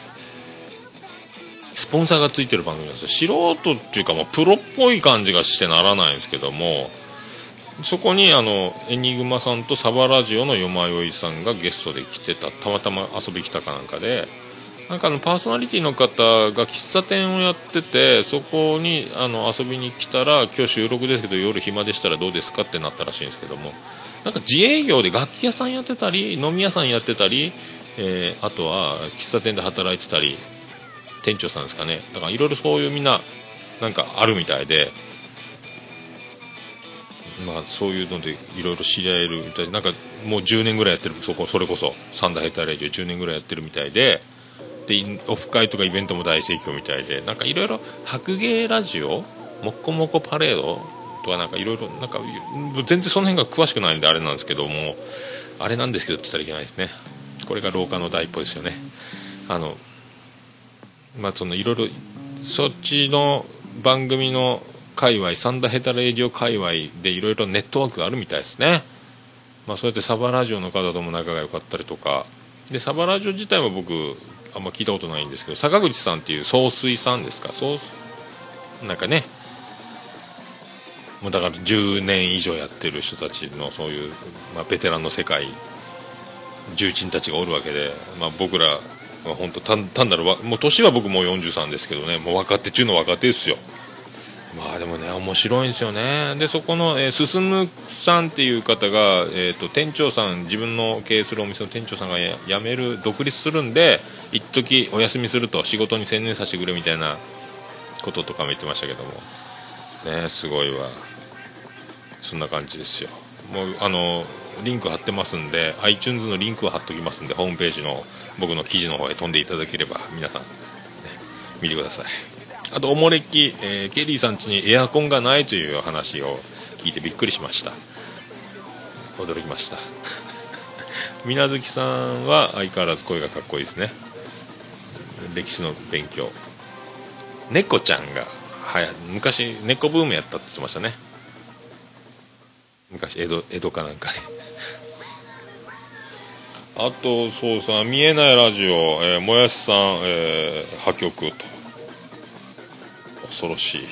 スポンサーがついてる番組なんですよ。素人っていうかもうプロっぽい感じがしてならないんですけども、そこにあのエニグマさんとサバラジオのよまよいさんがゲストで来てた。たまたま遊び来たかなんかで、なんかあのパーソナリティの方が喫茶店をやってて、そこにあの遊びに来たら、今日収録ですけど夜暇でしたらどうですかってなったらしいんですけども、なんか自営業で楽器屋さんやってたり飲み屋さんやってたり、えー、あとは喫茶店で働いてたり、店長さんですかね。だからいろいろそういうみんななんかあるみたいで、まあそういうのでいろいろ知り合えるみたいで、なんかもうじゅうねんぐらいやってる、そこそれこそサンダーヘタレディオじゅうねんぐらいやってるみたいで、でオフ会とかイベントも大盛況みたいで、なんかいろいろ白芸ラジオ、もっこもこパレードとかなんかいろいろなんか全然その辺が詳しくないんであれなんですけども、あれなんですけどって言ったらいけないですね。これが廊下の第一歩ですよね。あのまあそのいろいろそっちの番組の界隈、サンダーヘタレディオ界隈でいろいろネットワークがあるみたいですね。まあそうやってサバラジオの方とも仲が良かったりとかで、サバラジオ自体も僕あんま聞いたことないんですけど、坂口さんっていう総帥さんですか、そうなんかね、もうだからじゅうねん以上やってる人たちのそういう、まあ、ベテランの世界重鎮たちがおるわけで、まあ、僕らは本当単単なるもう年は僕もうよんじゅうさんですけどね、もう若手中の若手ですよ。まあでもね面白いんですよね。でそこの、えー、進さんっていう方が、えー、と店長さん、自分の経営するお店の店長さんがや辞める独立するんで一時お休みすると仕事に専念させてくれみたいなこととかも言ってましたけどもね、すごいわ。そんな感じですよ。もうあのリンク貼ってますんで iTunes のリンクを貼っときますんで、ホームページの僕の記事の方へ飛んでいただければ皆さん、ね、見てください。あとおもれき、えー、ケリーさん家にエアコンがないという話を聞いてびっくりしました。驚きましたみなずきさんは相変わらず声がかっこいいですね。歴史の勉強、猫ちゃんがはや昔猫ブームやったって言ってましたね。昔江戸江戸かなんかであとそうさ、見えないラジオ、えー、もやしさん、えー、破局と恐ろしい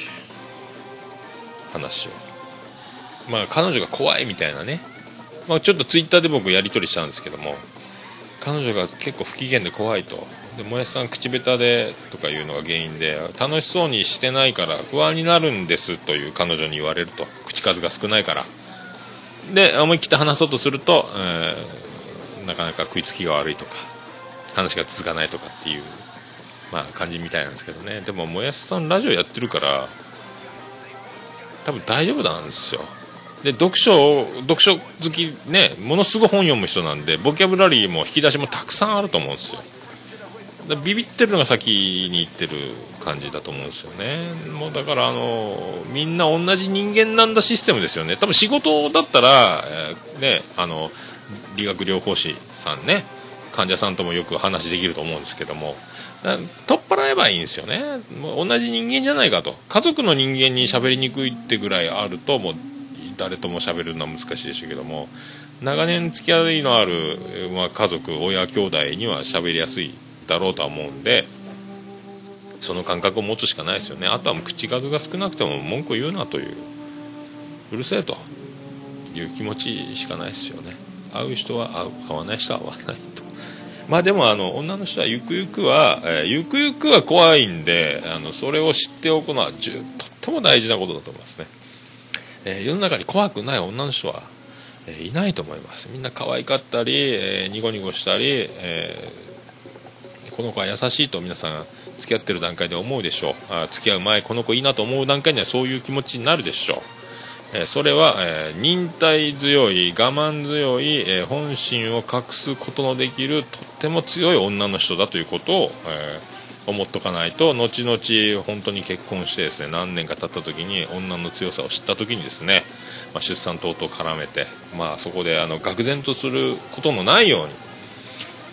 話を、まあ彼女が怖いみたいなね、まあ、ちょっとツイッターで僕やり取りしたんですけども、彼女が結構不機嫌で怖いと、でもやしさん口下手でとかいうのが原因で楽しそうにしてないから不安になるんですという彼女に言われると、口数が少ないからで思い切って話そうとすると、えー、なかなか食いつきが悪いとか話が続かないとかっていう、まあ、感じみたいなんですけどね。でももやしさんラジオやってるから多分大丈夫なんですよ。で読書読書好きね、ものすごい本読む人なんでボキャブラリーも引き出しもたくさんあると思うんですよ。だビビってるのが先に行ってる感じだと思うんですよね。もうだからあのみんな同じ人間なんだシステムですよね。多分仕事だったら、えー、ね、あの理学療法士さんね、患者さんともよく話できると思うんですけども、取っ払えばいいんですよね。もう同じ人間じゃないかと。家族の人間に喋りにくいってぐらいあるともう誰とも喋るのは難しいでしょうけども、長年付き合いのある、まあ、家族親兄弟には喋りやすいだろうとは思うんで、その感覚を持つしかないですよね。あとはもう口数が少なくても文句言うなという、うるせえという気持ちしかないですよね。会う人は会う、会わない人は会わないと。まあでもあの女の人はゆくゆくは、えー、ゆくゆくは怖いんで、あのそれを知っておくのはじゅとっても大事なことだと思いますね。えー、世の中に怖くない女の人は、えー、いないと思います。みんな可愛かったり、えー、ニコニコしたり、えー、この子は優しいと皆さん付き合ってる段階で思うでしょう。あ、付き合う前この子いいなと思う段階にはそういう気持ちになるでしょう。えー、それは、えー、忍耐強い我慢強い、えー、本心を隠すことのできるとっても強い女の人だということを、えー、思っとかないと、後々本当に結婚してですね、何年か経った時に女の強さを知った時にですね、まあ、出産等々絡めて、まあ、そこであの愕然とすることのないように、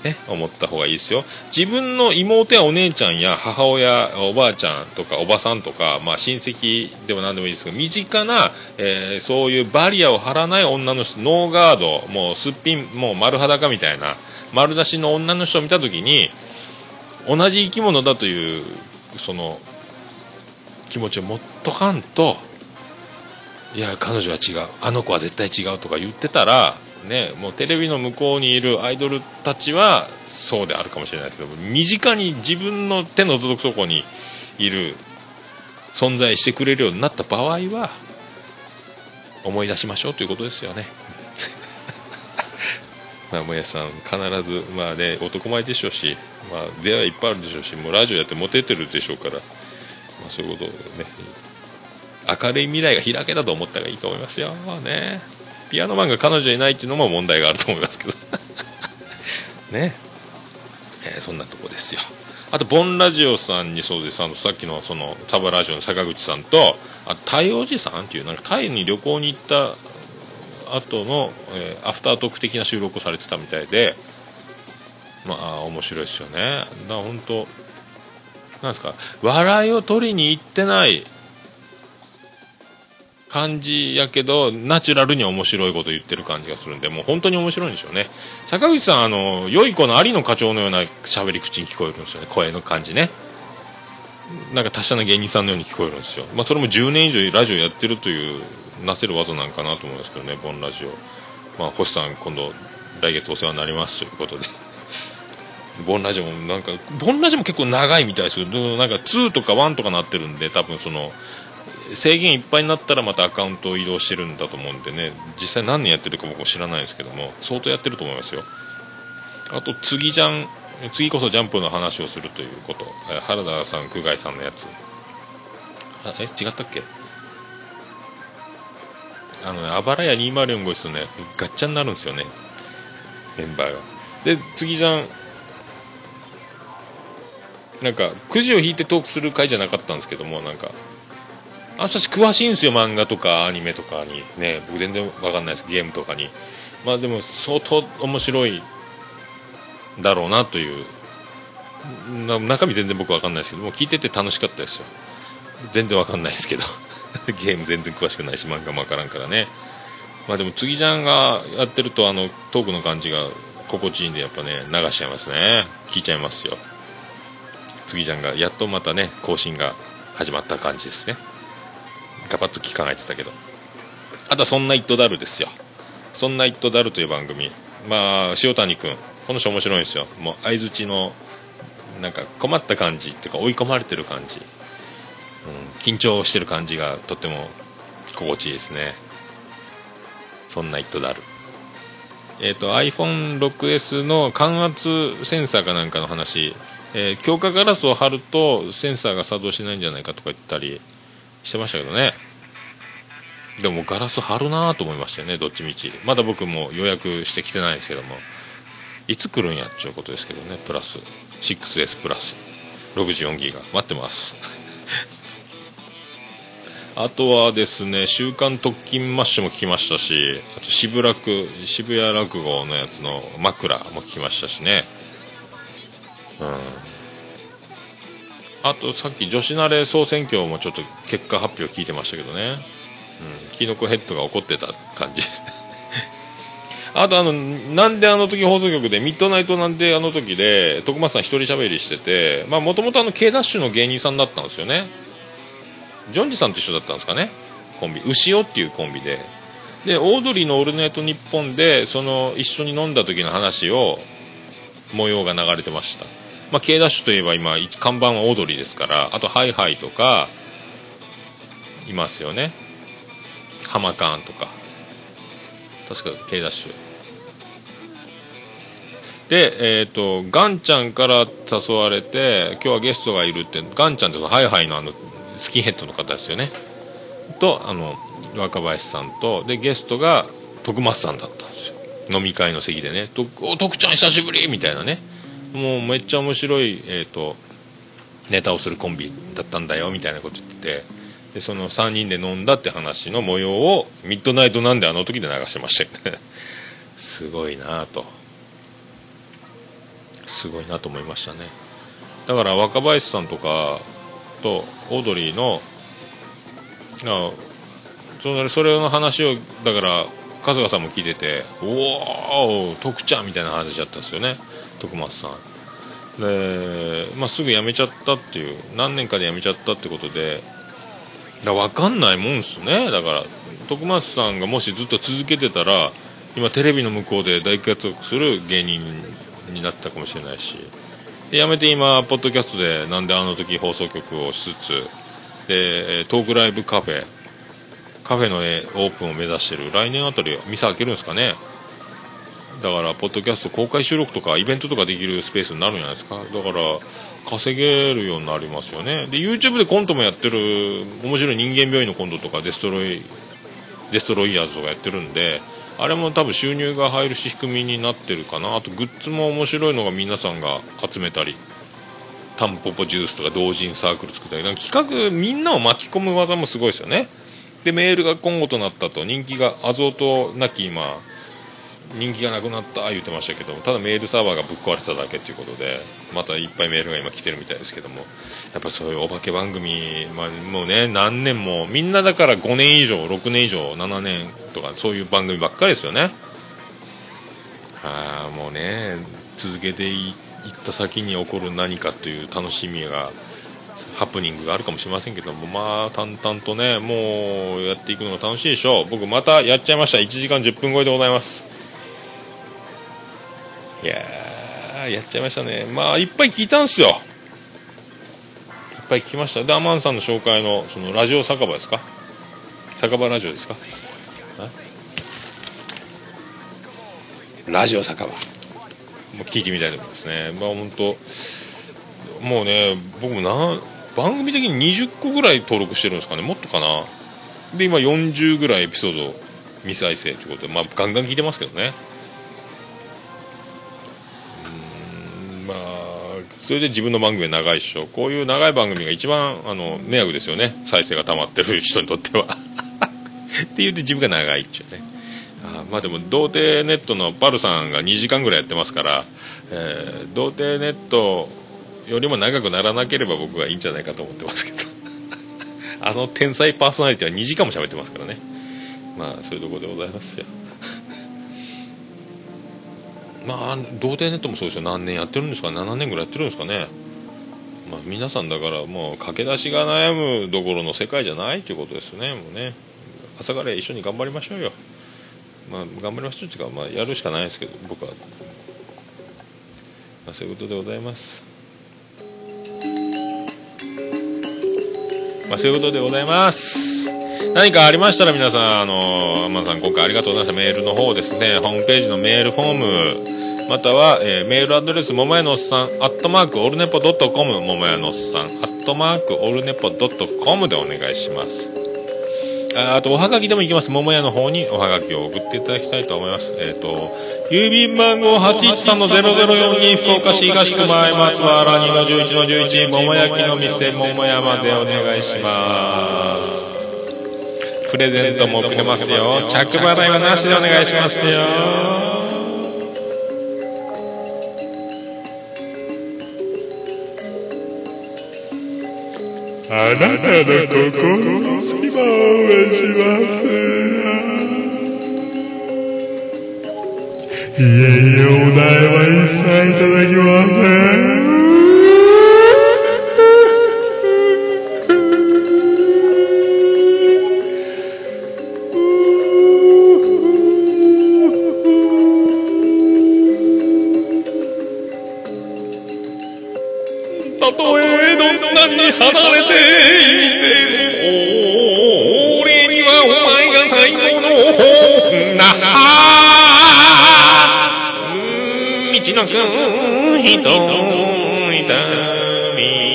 ね、思った方がいいですよ。自分の妹やお姉ちゃんや母親、おばあちゃんとかおばさんとか、まあ、親戚でも何でもいいですけど、身近な、えー、そういうバリアを張らない女の人、ノーガード、もうすっぴん、もう丸裸みたいな丸出しの女の人を見たときに、同じ生き物だというその気持ちを持っとかんと、いや彼女は違う、あの子は絶対違うとか言ってたらね、もうテレビの向こうにいるアイドルたちはそうであるかもしれないですけど、身近に自分の手の届くとこにいる存在してくれるようになった場合は思い出しましょうということですよね。まあ、もやさん必ず、まあね、男前でしょうし、まあ、出会いいっぱいあるでしょうし、もうラジオやってモテてるでしょうから、まあ、そういうことをね、明るい未来が開けたと思ったらいいと思いますよ、ね、ピアノマンが彼女いないっていうのも問題があると思いますけどね、えー、そんなとこですよ。あとボンラジオさんにそうです、あのさっきのそのサバラジオの坂口さんと、あタイおじさんっていうなんかタイに旅行に行った後の、えー、アフタートーク的な収録をされてたみたいで、まあ面白いですよね。だから本当なんですか、笑いを取りに行ってない感じやけどナチュラルに面白いこと言ってる感じがするんで、もう本当に面白いんでしょうね。坂口さん、あの良い子の有野課長のような喋り口に聞こえるんですよね、声の感じね。なんか達者な芸人さんのように聞こえるんですよ。まあそれもじゅうねん以上ラジオやってるというなせる技なんかなと思いますけどね、ボンラジオ。まあ星さん今度来月お世話になりますということでボンラジオもなんかボンラジオも結構長いみたいですけど、なんかにとかいちとかなってるんで、多分その制限いっぱいになったらまたアカウントを移動してるんだと思うんでね、実際何年やってるか僕も知らないですけども相当やってると思いますよ。あと次じゃん次こそジャンプの話をするということ、原田さん久我井さんのやつ、あえ違ったっけ、あのね、あばらやにまるよん号室とねガッチャになるんですよね、メンバーが。で次じゃんなんかくじを引いてトークする回じゃなかったんですけども、なんかあ私詳しいんですよ、漫画とかアニメとかにね、僕全然わかんないです、ゲームとかに。まあでも相当面白いだろうなという、中身全然僕わかんないですけども聞いてて楽しかったですよ。全然わかんないですけどゲーム全然詳しくないし漫画もわからんからね。まあでも次じゃんがやってるとあのトークの感じが心地いいんでやっぱね流しちゃいますね、聞いちゃいますよ。次じゃんがやっとまたね更新が始まった感じですね。ガバッと聞かないてたけど、あとはそんなイットダルですよ。そんなイットダルという番組、まあ塩谷くんこの人面白いんですよ。もう相づちのなんか困った感じっていうか追い込まれてる感じ、うん、緊張してる感じがとっても心地いいですね。そんなイットダル、えっと アイフォンシックスエス の感圧センサーかなんかの話、えー、強化ガラスを貼るとセンサーが作動しないんじゃないかとか言ったりしてましたけどね。でもガラス貼るなと思いましたよね、どっちみち。まだ僕も予約してきてないですけども、いつ来るんやっちゅうことですけどね。プラス シックスエス プラス ろくじゅうよんギガ待ってますあとはですね、週刊特勤マッシュも聞きましたし、あと渋楽渋谷落語のやつの枕も聞きましたしね。うん、あとさっき女子慣れ総選挙もちょっと結果発表聞いてましたけどね、うん、キノコヘッドが怒ってた感じですあとあのなんであの時放送局でミッドナイトなんであの時で徳松さん一人喋りしてて、まあもともとあの K ダッシュの芸人さんだったんですよね。ジョンジさんと一緒だったんですかね、コンビ牛尾っていうコンビで、でオードリーのオールナイトニッポンでその一緒に飲んだ時の話を模様が流れてました。まあ、K ダッシュといえば今看板はオードリーですから、あとハイハイとかいますよね、ハマカーンとか確か K ダッシュで、えっとガンちゃんから誘われて今日はゲストがいるって、ガンちゃんってそのハイハイのあのスキンヘッドの方ですよね、とあの若林さんとでゲストが徳松さんだったんですよ、飲み会の席でね。とお徳ちゃん久しぶりみたいなね、もうめっちゃ面白い、えーと、ネタをするコンビだったんだよみたいなこと言ってて、でそのさんにんで飲んだって話の模様をミッドナイトなんであの時で流してましたよねすごいなと。 すごいなと思いましたね。だから若林さんとかとオードリーのあそれそれの話をだから春日さんも聞いてて、おお徳ちゃんみたいな話だったんですよね、徳松さんで、まあ、すぐ辞めちゃったっていう、何年かで辞めちゃったってことで、だ分かんないもんっすね。だから徳松さんがもしずっと続けてたら今テレビの向こうで大活躍する芸人になってたかもしれないし、で辞めて今ポッドキャストでなんであの時放送局をしつつでトークライブカフェカフェのオープンを目指してる、来年あたり店開けるんですかね。だからポッドキャスト公開収録とかイベントとかできるスペースになるんじゃないですか。だから稼げるようになりますよね。で YouTube でコントもやってる、面白い人間病院のコントとかデストロイデストロイヤーズとかやってるんで、あれも多分収入が入る仕組みになってるかな。あとグッズも面白いのが皆さんが集めたり、タンポポジュースとか同人サークル作ったり、なんか企画みんなを巻き込む技もすごいですよね。でメールが今後となったと人気があぞうとなき今人気がなくなった言ってましたけども、ただメールサーバーがぶっ壊れただけということでまたいっぱいメールが今来てるみたいですけども、やっぱそういうお化け番組、まあ、もうね何年もみんなだからごねん以上ろくねん以上ななねんとかそういう番組ばっかりですよね。あもうね続けていった先に起こる何かという楽しみがハプニングがあるかもしれませんけども、まあ淡々とねもうやっていくのが楽しいでしょう。僕またやっちゃいました。いちじかんじゅっぷん超えでございます。いやーやっちゃいましたね。まあいっぱい聞いたんすよ、いっぱい聞きました。でアマンさんの紹介のそのラジオ酒場ですか、酒場ラジオですか、ラジオ酒場もう聞いてみたいと思いますね。まあ本当もうね僕もな番組的ににじゅっこぐらい登録してるんですかね、もっとかな。で今よんじゅうぐらいエピソード未再生ということで、まあガンガン聞いてますけどね。うーんまあそれで自分の番組は長いっしょ。こういう長い番組が一番あの迷惑ですよね、再生が溜まってる人にとってはって言って自分が長いっちゅうね。あまあでも童貞ネットのバルさんがにじかんぐらいやってますから、えー、童貞ネットよりも長くならなければ僕はいいんじゃないかと思ってますけどあの天才パーソナリティはにじかんも喋ってますからね。まあそういうところでございますよまあ童貞ネットもそうですよ。何年やってるんですか、ななねんぐらいやってるんですかね。まあ皆さんだからもう駆け出しが悩むどころの世界じゃないということですよね。もうね朝から一緒に頑張りましょうよ。まあ頑張りましょうっていうか、まあ、やるしかないですけど僕は、まあ、そういうことでございます。まあ、そういうことでございます。何かありましたら皆さん、あの天野さん今回ありがとうございました。メールの方ですね、ホームページのメールフォームまたは、えー、メールアドレスももやのおっさんアットマークオルネポドットコムももやのおっさんアットマークオルネポドットコムでお願いします。あ, あとおはがきでもいきます。ももやの方におはがきを送っていただきたいと思います。えっ、ー、と郵便番号 はちいちさんのゼロゼロよんに 福岡市東区前松原 にのじゅういちのじゅういち 桃焼きの店桃屋までお願いします。プレゼントも送れますよ。着払いはなしでお願いしますよ。あなたの心の隙間を埋めしますいえいえお代は一切いただきません。たとえどんなに離れていても俺にはお前が最後のな道のく人痛み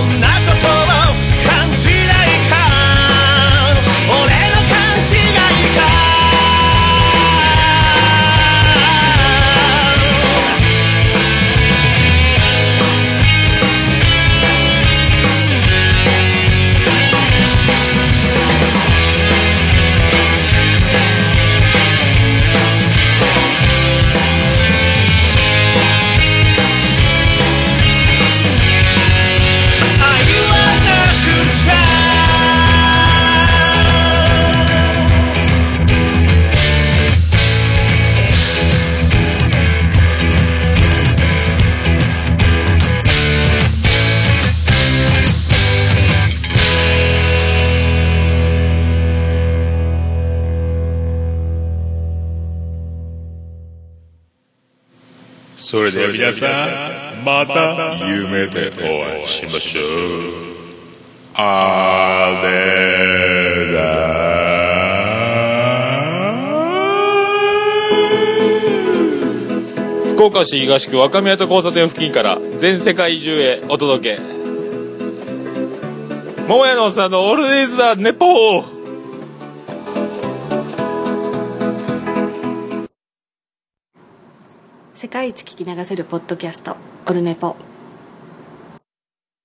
それでは皆さん、また夢でお会いしましょう。あれだ。福岡市東区若宮と交差点付近から全世界中へお届け。桃屋のおっさんのオールディーズ・ザ・ネポー。 世界一聞き流せるポッドキャストオルネポ。